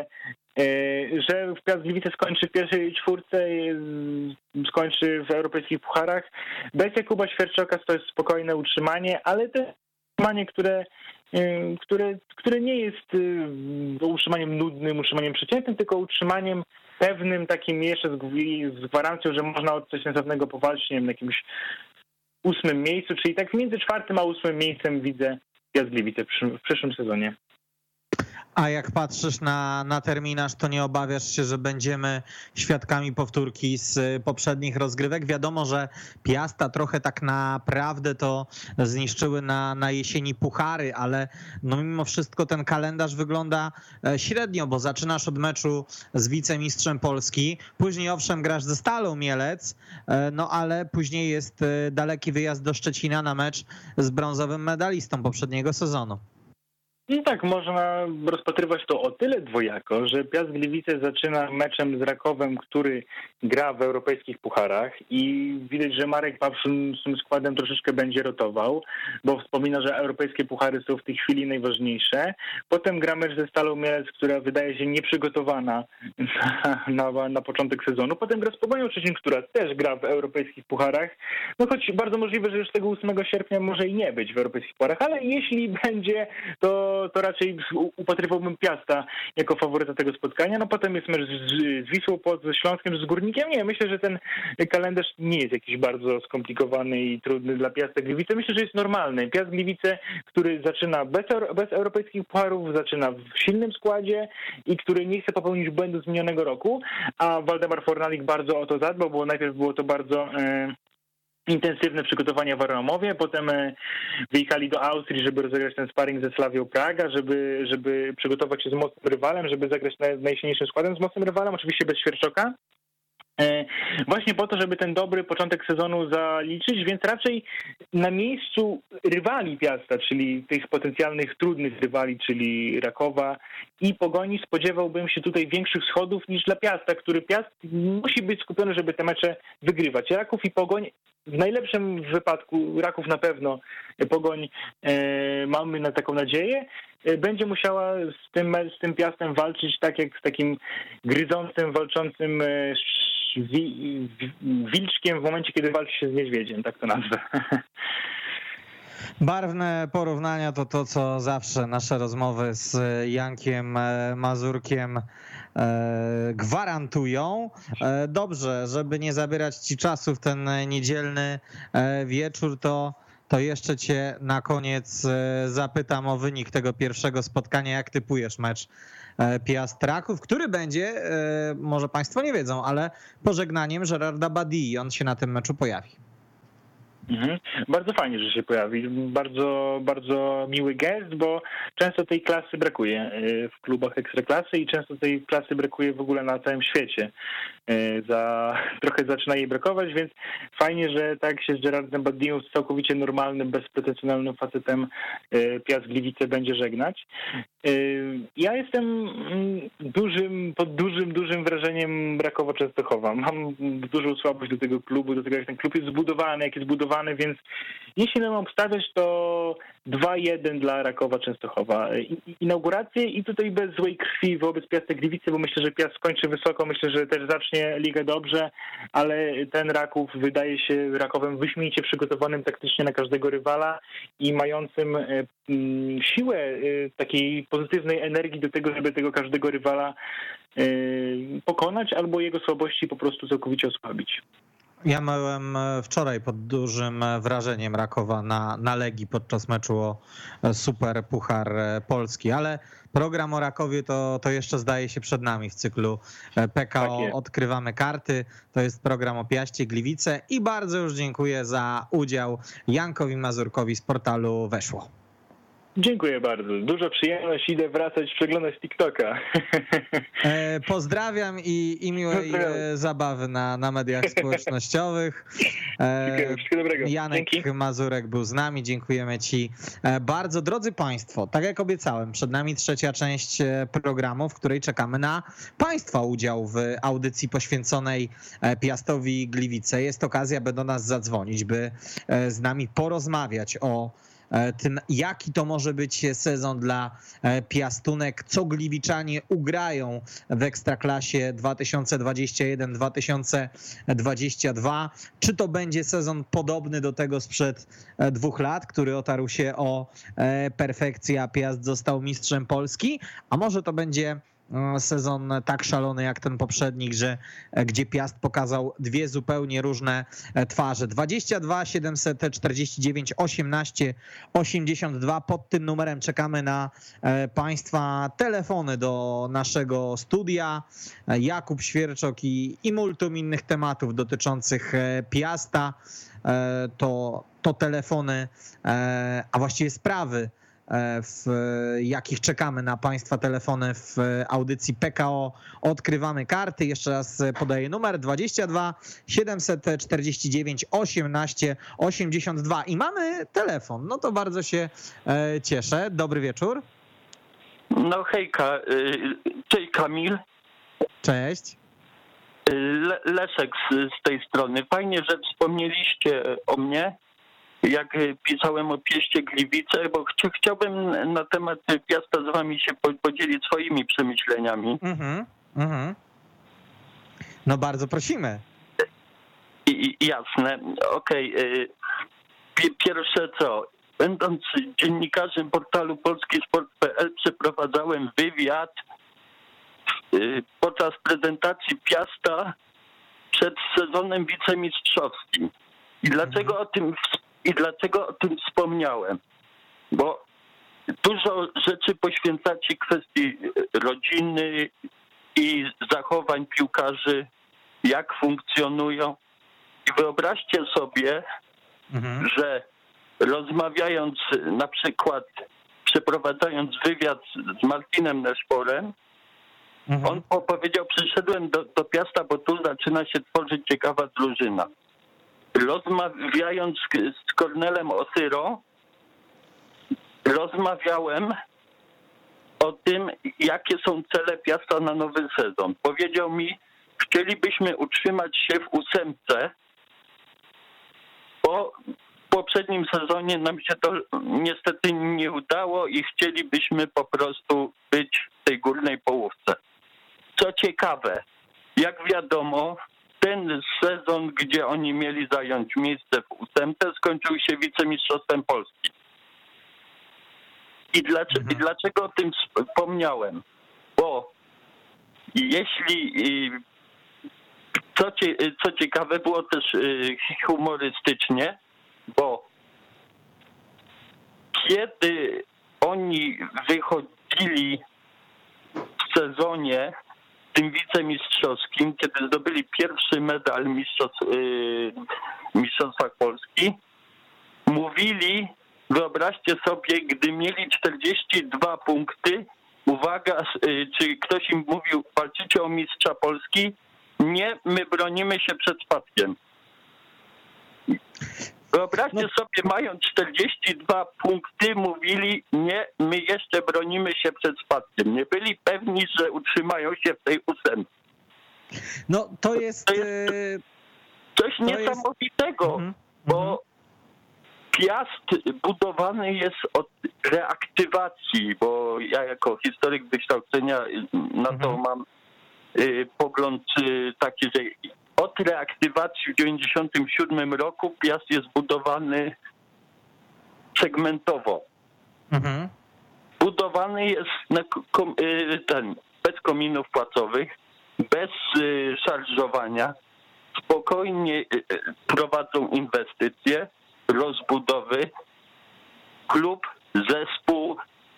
że Piast Gliwice skończy w pierwszej 4, skończy w europejskich pucharach. Bez Jakuba Świerczoka to jest spokojne utrzymanie, ale to jest utrzymanie, które nie jest utrzymaniem nudnym, utrzymaniem przeciętnym, tylko utrzymaniem pewnym, takim jeszcze z gwarancją, że można o coś sensownego powalczyć, na jakimś 8. miejscu, czyli tak między 4. a 8. miejscem widzę Piast Gliwice w przyszłym sezonie. A jak patrzysz na terminarz, to nie obawiasz się, że będziemy świadkami powtórki z poprzednich rozgrywek? Wiadomo, że Piasta trochę tak naprawdę to zniszczyły na jesieni puchary, ale mimo wszystko ten kalendarz wygląda średnio, bo zaczynasz od meczu z wicemistrzem Polski, później owszem grasz ze Stalą Mielec, ale później jest daleki wyjazd do Szczecina na mecz z brązowym medalistą poprzedniego sezonu. No tak, można rozpatrywać to o tyle dwojako, że Piast Gliwice zaczyna meczem z Rakowem, który gra w europejskich pucharach i widać, że Marek Papszun z tym składem troszeczkę będzie rotował, bo wspomina, że europejskie puchary są w tej chwili najważniejsze. Potem gra mecz ze Stalą Mielec, która wydaje się nieprzygotowana na początek sezonu. Potem gra z Pogonią Szczecin, która też gra w europejskich pucharach. No choć bardzo możliwe, że już tego 8 sierpnia może i nie być w europejskich pucharach, ale jeśli będzie, to raczej upatrywałbym Piasta jako faworyta tego spotkania. No potem jest mecz z Wisłą Płock, ze Śląskiem, z Górnikiem. Nie, myślę, że ten kalendarz nie jest jakiś bardzo skomplikowany i trudny dla Piasta Gliwice. Myślę, że jest normalny. Piast Gliwice, który zaczyna bez europejskich pucharów, zaczyna w silnym składzie i który nie chce popełnić błędu z minionego roku, a Waldemar Fornalik bardzo o to zadbał, bo najpierw było to bardzo intensywne przygotowania w Aramowie, potem wyjechali do Austrii, żeby rozegrać ten sparring ze Slawią Praga, żeby przygotować się z mocnym rywalem, żeby zagrać najsilniejszym składem z mocnym rywalem, oczywiście bez Świerczoka. Właśnie po to, żeby ten dobry początek sezonu zaliczyć, więc raczej na miejscu rywali Piasta, czyli tych potencjalnych trudnych rywali, czyli Rakowa i Pogoni, spodziewałbym się tutaj większych schodów niż dla Piasta, który Piast musi być skupiony, żeby te mecze wygrywać. Raków i Pogoń w najlepszym wypadku, Raków na pewno, Pogoń mamy na taką nadzieję, będzie musiała z tym Piastem walczyć tak jak z takim gryzącym, walczącym wilczkiem w momencie, kiedy walczy się z niedźwiedziem, tak to nazwę. Barwne porównania to to, co zawsze nasze rozmowy z Jankiem Mazurkiem gwarantują. Dobrze, żeby nie zabierać ci czasu w ten niedzielny wieczór, to jeszcze cię na koniec zapytam o wynik tego pierwszego spotkania. Jak typujesz mecz Piast-Raków, który będzie, może państwo nie wiedzą, ale pożegnaniem Gerarda Badii. On się na tym meczu pojawi. Bardzo fajnie, że się pojawi. Bardzo, bardzo miły gest, bo często tej klasy brakuje w klubach ekstraklasy i często tej klasy brakuje w ogóle na całym świecie. Trochę zaczyna jej brakować, więc fajnie, że tak się z Gerardem Badią, z całkowicie normalnym, bezpretensjonalnym facetem Piast Gliwice będzie żegnać. Ja jestem pod dużym wrażeniem Rakowa Częstochowa. Mam dużą słabość do tego klubu, do tego jak ten klub jest zbudowany, jak jest zbudowany, więc jeśli mam obstawiać, to 2-1 dla Rakowa Częstochowa. Inaugurację i tutaj bez złej krwi wobec Piasta Gliwice, bo myślę, że Piast skończy wysoko, myślę, że też zacznie ligę dobrze, ale ten Raków wydaje się Rakowem wyśmienicie przygotowanym taktycznie na każdego rywala i mającym siłę takiej pozytywnej energii do tego, żeby tego każdego rywala pokonać albo jego słabości po prostu całkowicie osłabić. Ja byłem wczoraj pod dużym wrażeniem Rakowa na Legii podczas meczu o Super Puchar Polski, ale program o Rakowie to jeszcze zdaje się przed nami w cyklu PKO Tak Odkrywamy Karty. To jest program o Piaście Gliwice i bardzo już dziękuję za udział Jankowi Mazurkowi z portalu Weszło. Dziękuję bardzo. Duża przyjemność. Idę wracać, przeglądać TikToka. Pozdrawiam i miłej zabawy na mediach społecznościowych. Wszystkiego dobrego. Janek Dzięki. Mazurek był z nami. Dziękujemy ci bardzo. Drodzy Państwo, tak jak obiecałem, przed nami trzecia część programu, w której czekamy na Państwa udział w audycji poświęconej Piastowi Gliwice. Jest okazja, by do nas zadzwonić, by z nami porozmawiać o tym, jaki to może być sezon dla Piastunek, co gliwiczanie ugrają w Ekstraklasie 2021-2022. Czy to będzie sezon podobny do tego sprzed 2 lat, który otarł się o perfekcję, a Piast został mistrzem Polski? A może to będzie sezon tak szalony jak ten poprzedni, gdzie Piast pokazał dwie zupełnie różne twarze. 22 749 18 82. Pod tym numerem czekamy na Państwa telefony do naszego studia. Jakub Świerczok i multum innych tematów dotyczących Piasta. To telefony, a właściwie sprawy, w jakich czekamy na Państwa telefony w audycji PKO Odkrywamy Karty. Jeszcze raz podaję numer 22 749 18 82 i mamy telefon. No to bardzo się cieszę. Dobry wieczór. No hejka, cześć Kamil. Cześć. Leszek z tej strony. Fajnie, że wspomnieliście o mnie, jak pisałem o Pieście Gliwice, bo chciałbym na temat Piasta z wami się podzielić swoimi przemyśleniami. No bardzo prosimy. Jasne, okej. Pierwsze co, będąc dziennikarzem portalu polskisport.pl przeprowadzałem wywiad podczas prezentacji Piasta przed sezonem wicemistrzowskim. I dlaczego o tym wspomniałem? Bo dużo rzeczy poświęcacie kwestii rodziny i zachowań piłkarzy, jak funkcjonują. I wyobraźcie sobie, że rozmawiając na przykład, przeprowadzając wywiad z Martinem Neszporem, on powiedział, przyszedłem do Piasta, bo tu zaczyna się tworzyć ciekawa drużyna. Rozmawiając z Kornelem Osyro, rozmawiałem o tym, jakie są cele Piasta na nowy sezon. Powiedział mi, chcielibyśmy utrzymać się w 8, bo w poprzednim sezonie nam się to niestety nie udało i chcielibyśmy po prostu być w tej górnej połówce. Co ciekawe, jak wiadomo, ten sezon, gdzie oni mieli zająć miejsce w 8, skończył się wicemistrzostwem Polski. I dlaczego o tym wspomniałem? Bo jeśli, co ciekawe, było też humorystycznie, bo kiedy oni wychodzili w sezonie tym wicemistrzowskim, kiedy zdobyli pierwszy medal w Mistrzostwach Polski, mówili, wyobraźcie sobie, gdy mieli 42 punkty, uwaga, czy ktoś im mówił, walczycie o mistrza Polski? Nie, my bronimy się przed spadkiem. Wyobraźcie sobie, mając 42 punkty, mówili, nie, my jeszcze bronimy się przed spadkiem. Nie byli pewni, że utrzymają się w tej 8. No to jest coś niesamowitego, bo Piast budowany jest od reaktywacji, bo ja jako historyk wykształcenia na to mam pogląd taki, że od reaktywacji w 1997 roku Piast jest budowany segmentowo. Budowany jest bez kominów płacowych, bez szarżowania, spokojnie prowadzą inwestycje, rozbudowy, klub, zespół,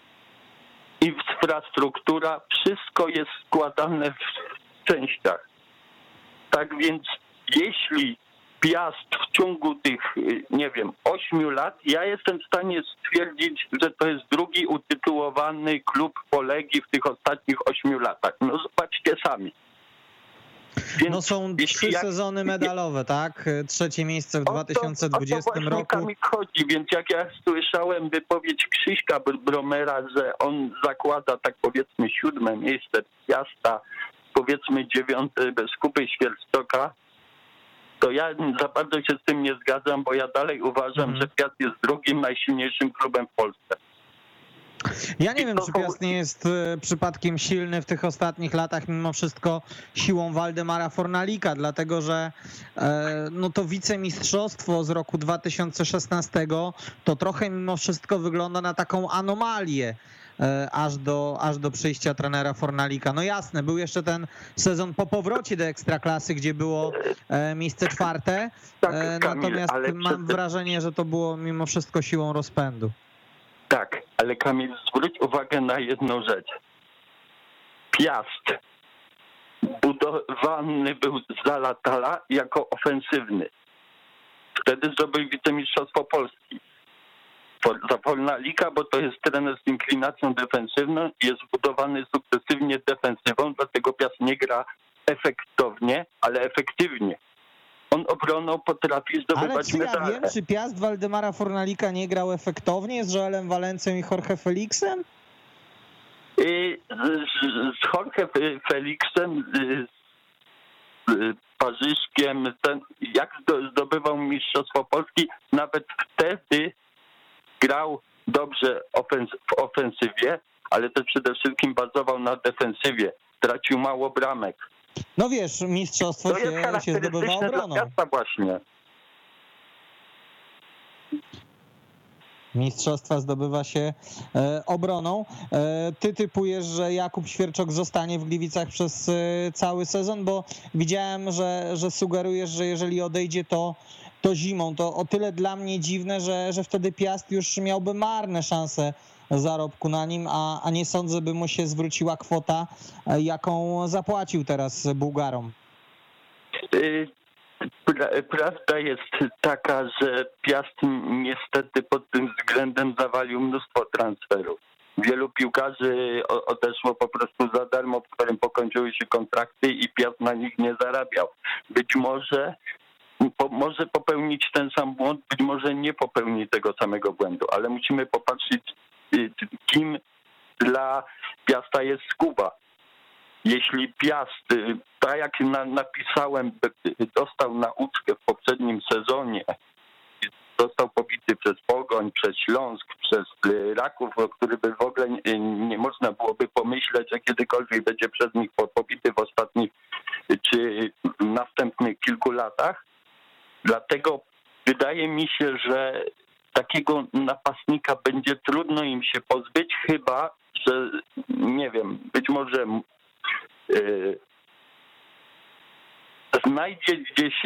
infrastruktura, wszystko jest składane w częściach. Tak więc jeśli Piast w ciągu tych, 8 lat, ja jestem w stanie stwierdzić, że to jest drugi utytułowany klub po Legii w tych ostatnich 8 latach. No zobaczcie sami. Więc no są 3 sezony medalowe, tak? 3. miejsce w 2020 roku. Mi chodzi, więc jak ja słyszałem wypowiedź Krzyśka Bromera, że on zakłada tak powiedzmy 7. miejsce Piasta, powiedzmy 9. bez Kupy Świercztoka, to ja za bardzo się z tym nie zgadzam, bo ja dalej uważam, że Piast jest drugim najsilniejszym klubem w Polsce. Ja nie wiem, czy Piast nie jest przypadkiem silny w tych ostatnich latach mimo wszystko siłą Waldemara Fornalika, dlatego że no to wicemistrzostwo z roku 2016 to trochę mimo wszystko wygląda na taką anomalię aż do przyjścia trenera Fornalika. No jasne, był jeszcze ten sezon po powrocie do Ekstraklasy, gdzie było miejsce 4, natomiast mam wrażenie, że to było mimo wszystko siłą rozpędu. Tak, ale Kamil, zwróć uwagę na jedną rzecz. Piast budowany był za Latala jako ofensywny. Wtedy zdobył wicemistrzostwo Polski. Za Fornalika, bo to jest trener z inklinacją defensywną, jest budowany sukcesywnie defensywą, dlatego Piast nie gra efektownie, ale efektywnie. On obroną potrafi zdobywać medale. Ale czy ja wiem, czy Piast Waldemara Fornalika nie grał efektownie z Joelem Valencją i Jorge Felixem? Z Jorge Felixem, z Parzyszkiem, jak zdobywał Mistrzostwo Polski, nawet wtedy grał dobrze w ofensywie, ale też przede wszystkim bazował na defensywie. Tracił mało bramek. No wiesz, mistrzostwo się zdobywa obroną. Dla właśnie. Mistrzostwa zdobywa się obroną. Ty typujesz, że Jakub Świerczok zostanie w Gliwicach przez cały sezon, bo widziałem, że sugerujesz, że jeżeli odejdzie to zimą. To o tyle dla mnie dziwne, że wtedy Piast już miałby marne szanse zarobku na nim, a nie sądzę, by mu się zwróciła kwota, jaką zapłacił teraz Bułgarom. Prawda jest taka, że Piast niestety pod tym względem zawalił mnóstwo transferów. Wielu piłkarzy odeszło po prostu za darmo, w którym pokończyły się kontrakty i Piast na nich nie zarabiał. Być może popełnić ten sam błąd, być może nie popełni tego samego błędu, ale musimy popatrzeć, kim dla Piasta jest Skuba. Jeśli Piast, tak jak napisałem, dostał nauczkę w poprzednim sezonie, został pobity przez Pogoń, przez Śląsk, przez Raków, o których by w ogóle nie można byłoby pomyśleć, że kiedykolwiek będzie przez nich pobity w ostatnich czy następnych kilku latach. Dlatego wydaje mi się, że takiego napastnika będzie trudno im się pozbyć, chyba że, nie wiem, być może znajdzie gdzieś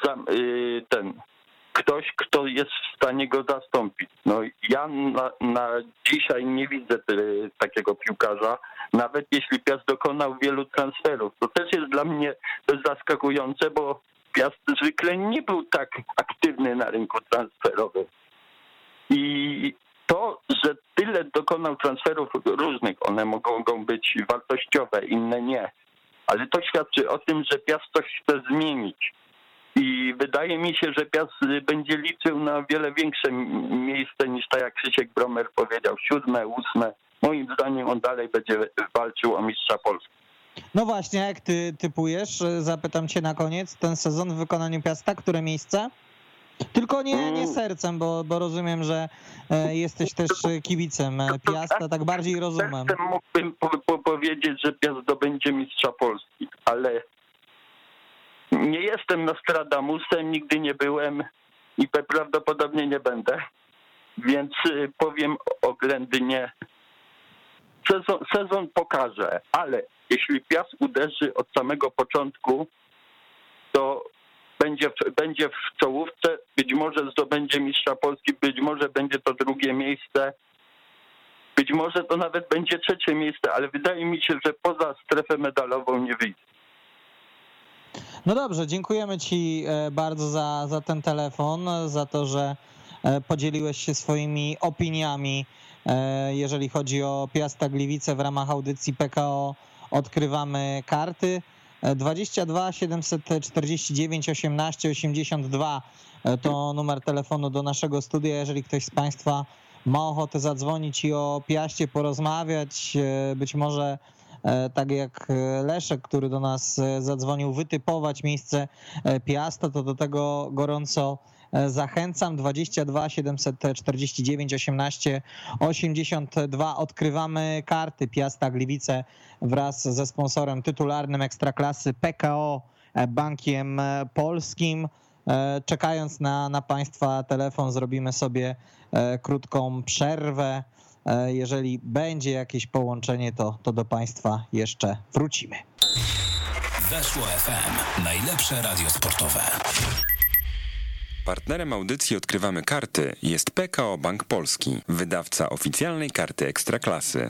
ktoś, kto jest w stanie go zastąpić. No ja na dzisiaj nie widzę takiego piłkarza, nawet jeśli Piast dokonał wielu transferów. To też jest dla mnie zaskakujące, bo Piast zwykle nie był tak aktywny na rynku transferowym. I to, że tyle dokonał transferów różnych, one mogą być wartościowe, inne nie. Ale to świadczy o tym, że Piast coś chce zmienić. I wydaje mi się, że Piast będzie liczył na wiele większe miejsce niż tak jak Krzysiek Bromer powiedział, 7., 8. Moim zdaniem on dalej będzie walczył o mistrza Polski. No właśnie, jak ty typujesz? Zapytam cię na koniec. Ten sezon w wykonaniu Piasta, które miejsce? Tylko nie sercem, bo rozumiem, że jesteś też kibicem Piasta, tak bardziej rozumem. Sercem mógłbym powiedzieć, że Piast zdobędzie mistrza Polski, ale nie jestem Nostradamusem, nigdy nie byłem i prawdopodobnie nie będę, więc powiem oględnie. Sezon pokaże, ale jeśli Piast uderzy od samego początku, to będzie w czołówce, być może zdobędzie mistrza Polski, być może będzie to drugie miejsce, być może to nawet będzie trzecie miejsce, ale wydaje mi się, że poza strefę medalową nie wyjdzie. No dobrze, dziękujemy ci bardzo za ten telefon, za to, że podzieliłeś się swoimi opiniami, jeżeli chodzi o Piasta Gliwice w ramach audycji PKO Odkrywamy Karty. 22 749 18 82 to numer telefonu do naszego studia. Jeżeli ktoś z Państwa ma ochotę zadzwonić i o Piaście porozmawiać, być może tak jak Leszek, który do nas zadzwonił, wytypować miejsce Piasta, to do tego gorąco zachęcam. 22 749 18 82. Odkrywamy karty Piasta Gliwice wraz ze sponsorem tytularnym Ekstraklasy PKO Bankiem Polskim. Czekając na Państwa telefon, zrobimy sobie krótką przerwę. Jeżeli będzie jakieś połączenie, to do Państwa jeszcze wrócimy. Weszło FM. Najlepsze radio sportowe. Partnerem audycji Odkrywamy Karty jest PKO Bank Polski, wydawca oficjalnej karty Ekstraklasy.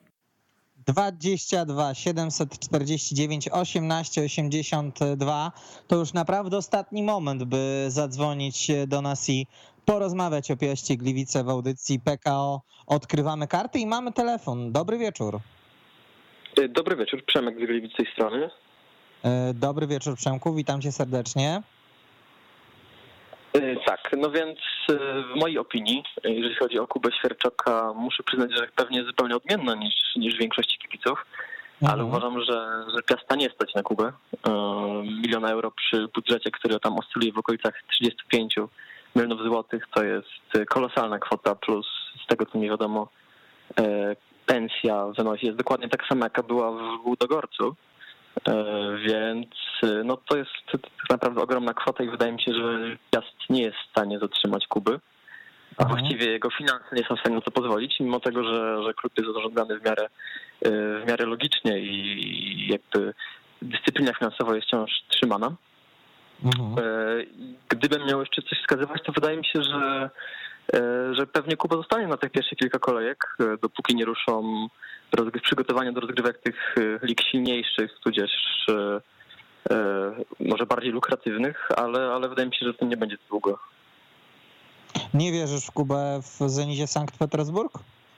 22 749 18 82 to już naprawdę ostatni moment, by zadzwonić do nas i porozmawiać o Piaście Gliwice w audycji PKO Odkrywamy Karty i mamy telefon. Dobry wieczór. Dobry wieczór, Przemek z Gliwic z tej strony. Dobry wieczór, Przemku, witam cię serdecznie. Tak, no więc w mojej opinii, jeżeli chodzi o Kubę Świerczoka, muszę przyznać, że pewnie jest zupełnie odmienna niż większości kibiców, ale uważam, że Piasta nie stać na Kubę. 1 000 000 euro przy budżecie, który tam oscyluje w okolicach 35 milionów złotych, to jest kolosalna kwota, plus z tego co mi wiadomo pensja jest dokładnie tak sama, jaka była w Łudogorcu, więc no to jest tak naprawdę ogromna kwota i wydaje mi się, że Piast nie jest w stanie zatrzymać Kuby, a właściwie jego finanse nie są w stanie na to pozwolić, mimo tego, że klub jest zarządzany w miarę logicznie i jakby dyscyplina finansowa jest wciąż trzymana. Gdybym miał jeszcze coś wskazywać, to wydaje mi się, że pewnie Kuba zostanie na tych pierwszych kilka kolejek, dopóki nie ruszą przygotowania do rozgrywek tych lig silniejszych, tudzież może bardziej lukratywnych, ale wydaje mi się, że to nie będzie długo. Nie wierzysz w Kubę w Zenicie Sankt Petersburg?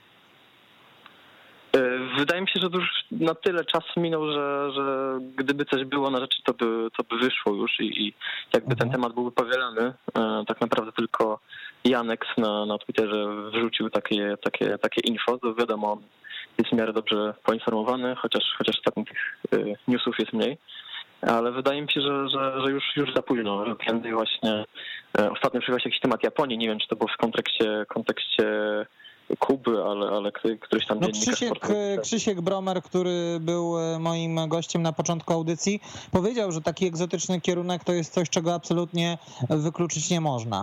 Wydaje mi się, że to już na tyle czasu minął, że gdyby coś było na rzeczy, to by wyszło już i jakby ten temat byłby powielany. Tak naprawdę tylko Janek na Twitterze wrzucił takie info, to wiadomo, on jest w miarę dobrze poinformowany, chociaż ostatnio tych newsów jest mniej. Ale wydaje mi się, że już za późno, że prędzej właśnie ostatnio przyjechał się jakiś temat Japonii, nie wiem, czy to było w kontekście Kuby, ale któryś tam dziennikarz Krzysiek Bromer, który był moim gościem na początku audycji, powiedział, że taki egzotyczny kierunek to jest coś, czego absolutnie wykluczyć nie można.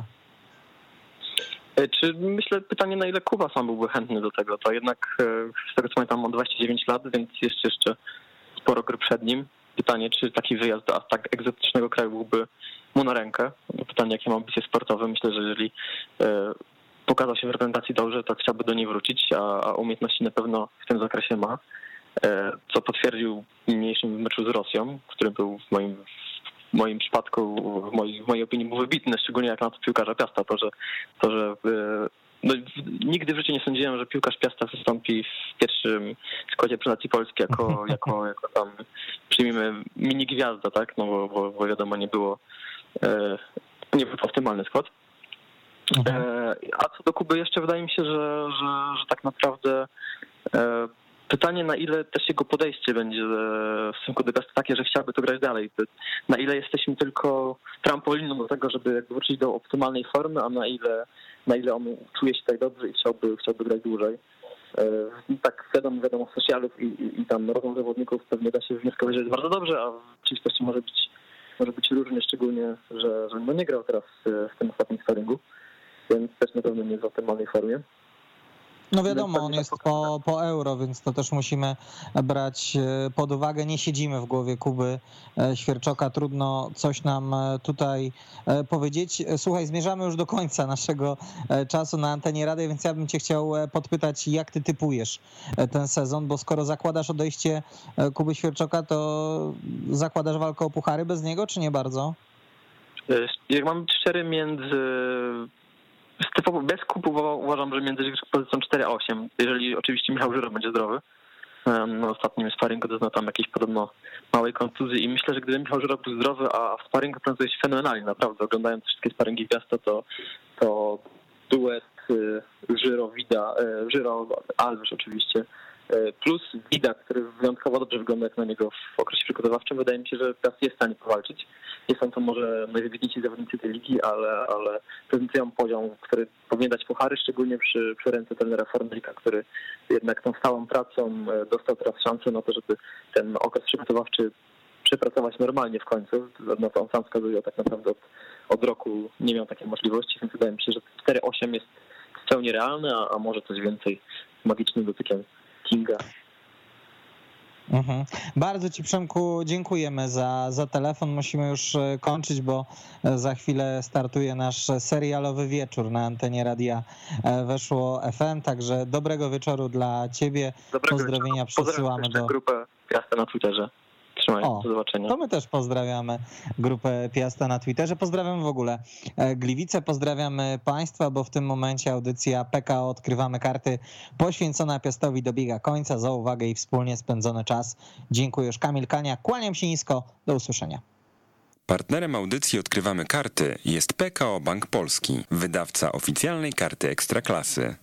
Czy myślę, pytanie, na ile Kuba sam byłby chętny do tego, to jednak z tego co pamiętam ma 29 lat, więc jest jeszcze sporo gry przed nim. Pytanie, czy taki wyjazd do tak egzotycznego kraju byłby mu na rękę. Pytanie, jakie ma ambicje sportowe. Myślę, że jeżeli pokazał się w reprezentacji dobrze, to chciałby do niej wrócić, a umiejętności na pewno w tym zakresie ma, co potwierdził w niniejszym meczu z Rosją, który był w moim przypadku, w mojej opinii był wybitny, szczególnie jak na to piłkarza Piasta, to, że nigdy w życiu nie sądziłem, że piłkarz Piasta wystąpi w pierwszym składzie reprezentacji Polski jako tam, przyjmijmy, mini gwiazda, tak, no bo wiadomo, nie był to optymalny skład. A co do Kuby jeszcze wydaje mi się, że tak naprawdę pytanie, na ile też jego podejście będzie w stosunku do Piasta takie, że chciałby to grać dalej. Na ile jesteśmy tylko trampoliną do tego, żeby jakby wrócić do optymalnej formy, a na ile on czuje się tak dobrze i chciałby grać dłużej. Tak wiadomo z socialów i tam rozmów zawodników pewnie da się wnioskować, że jest bardzo dobrze, a w rzeczywistości może być różnie, szczególnie, że nie grał teraz w tym ostatnim sparingu, więc też na pewno nie jest w optymalnej formie. No wiadomo, on jest po Euro, więc to też musimy brać pod uwagę. Nie siedzimy w głowie Kuby Świerczoka, trudno coś nam tutaj powiedzieć. Słuchaj, zmierzamy już do końca naszego czasu na antenie Rady, więc ja bym cię chciał podpytać, jak ty typujesz ten sezon, bo skoro zakładasz odejście Kuby Świerczoka, to zakładasz walkę o puchary bez niego, czy nie bardzo? Jak mam być szczery, bez Kuby uważam, że między pozycją 4-8, jeżeli oczywiście Michał Żura będzie zdrowy. Na ostatnim sparingu doznał tam jakiejś podobno małej kontuzji i myślę, że gdyby Michał Żura był zdrowy, a w sparingu prezentuje się fenomenalnie, naprawdę. Oglądając wszystkie sparingi Piasta, to duet Żyro-Alves oczywiście, plus Wida, który wyjątkowo dobrze wygląda jak na niego w okresie przygotowawczym. Wydaje mi się, że Piast jest w stanie powalczyć. Nie są to może najwybitniejsi zawodnicy tej ligi, ale prezentują poziom, który powinien dać puchary, szczególnie przy ręce trenera Fornelika, który jednak tą stałą pracą dostał teraz szansę na to, żeby ten okres przygotowawczy przepracować normalnie w końcu. No to on sam wskazuje, tak naprawdę od roku nie miał takiej możliwości, więc wydaje mi się, że 4-8 jest w pełni realne, a może coś więcej magicznym dotykiem Kinga. Bardzo ci, Przemku, dziękujemy za telefon. Musimy już kończyć, bo za chwilę startuje nasz serialowy wieczór na antenie Radia Weszło FM, także dobrego wieczoru dla ciebie. Pozdrowienia przesyłamy do grupę Piasta na Twitterze. Do zobaczenia. To my też pozdrawiamy grupę Piasta na Twitterze. Pozdrawiam w ogóle Gliwice, pozdrawiamy Państwa, bo w tym momencie audycja PKO Odkrywamy Karty poświęcona Piastowi dobiega końca. Za uwagę i wspólnie spędzony czas dziękuję. Kamil Kania, kłaniam się nisko, do usłyszenia. Partnerem audycji Odkrywamy Karty jest PKO Bank Polski, wydawca oficjalnej karty Ekstraklasy.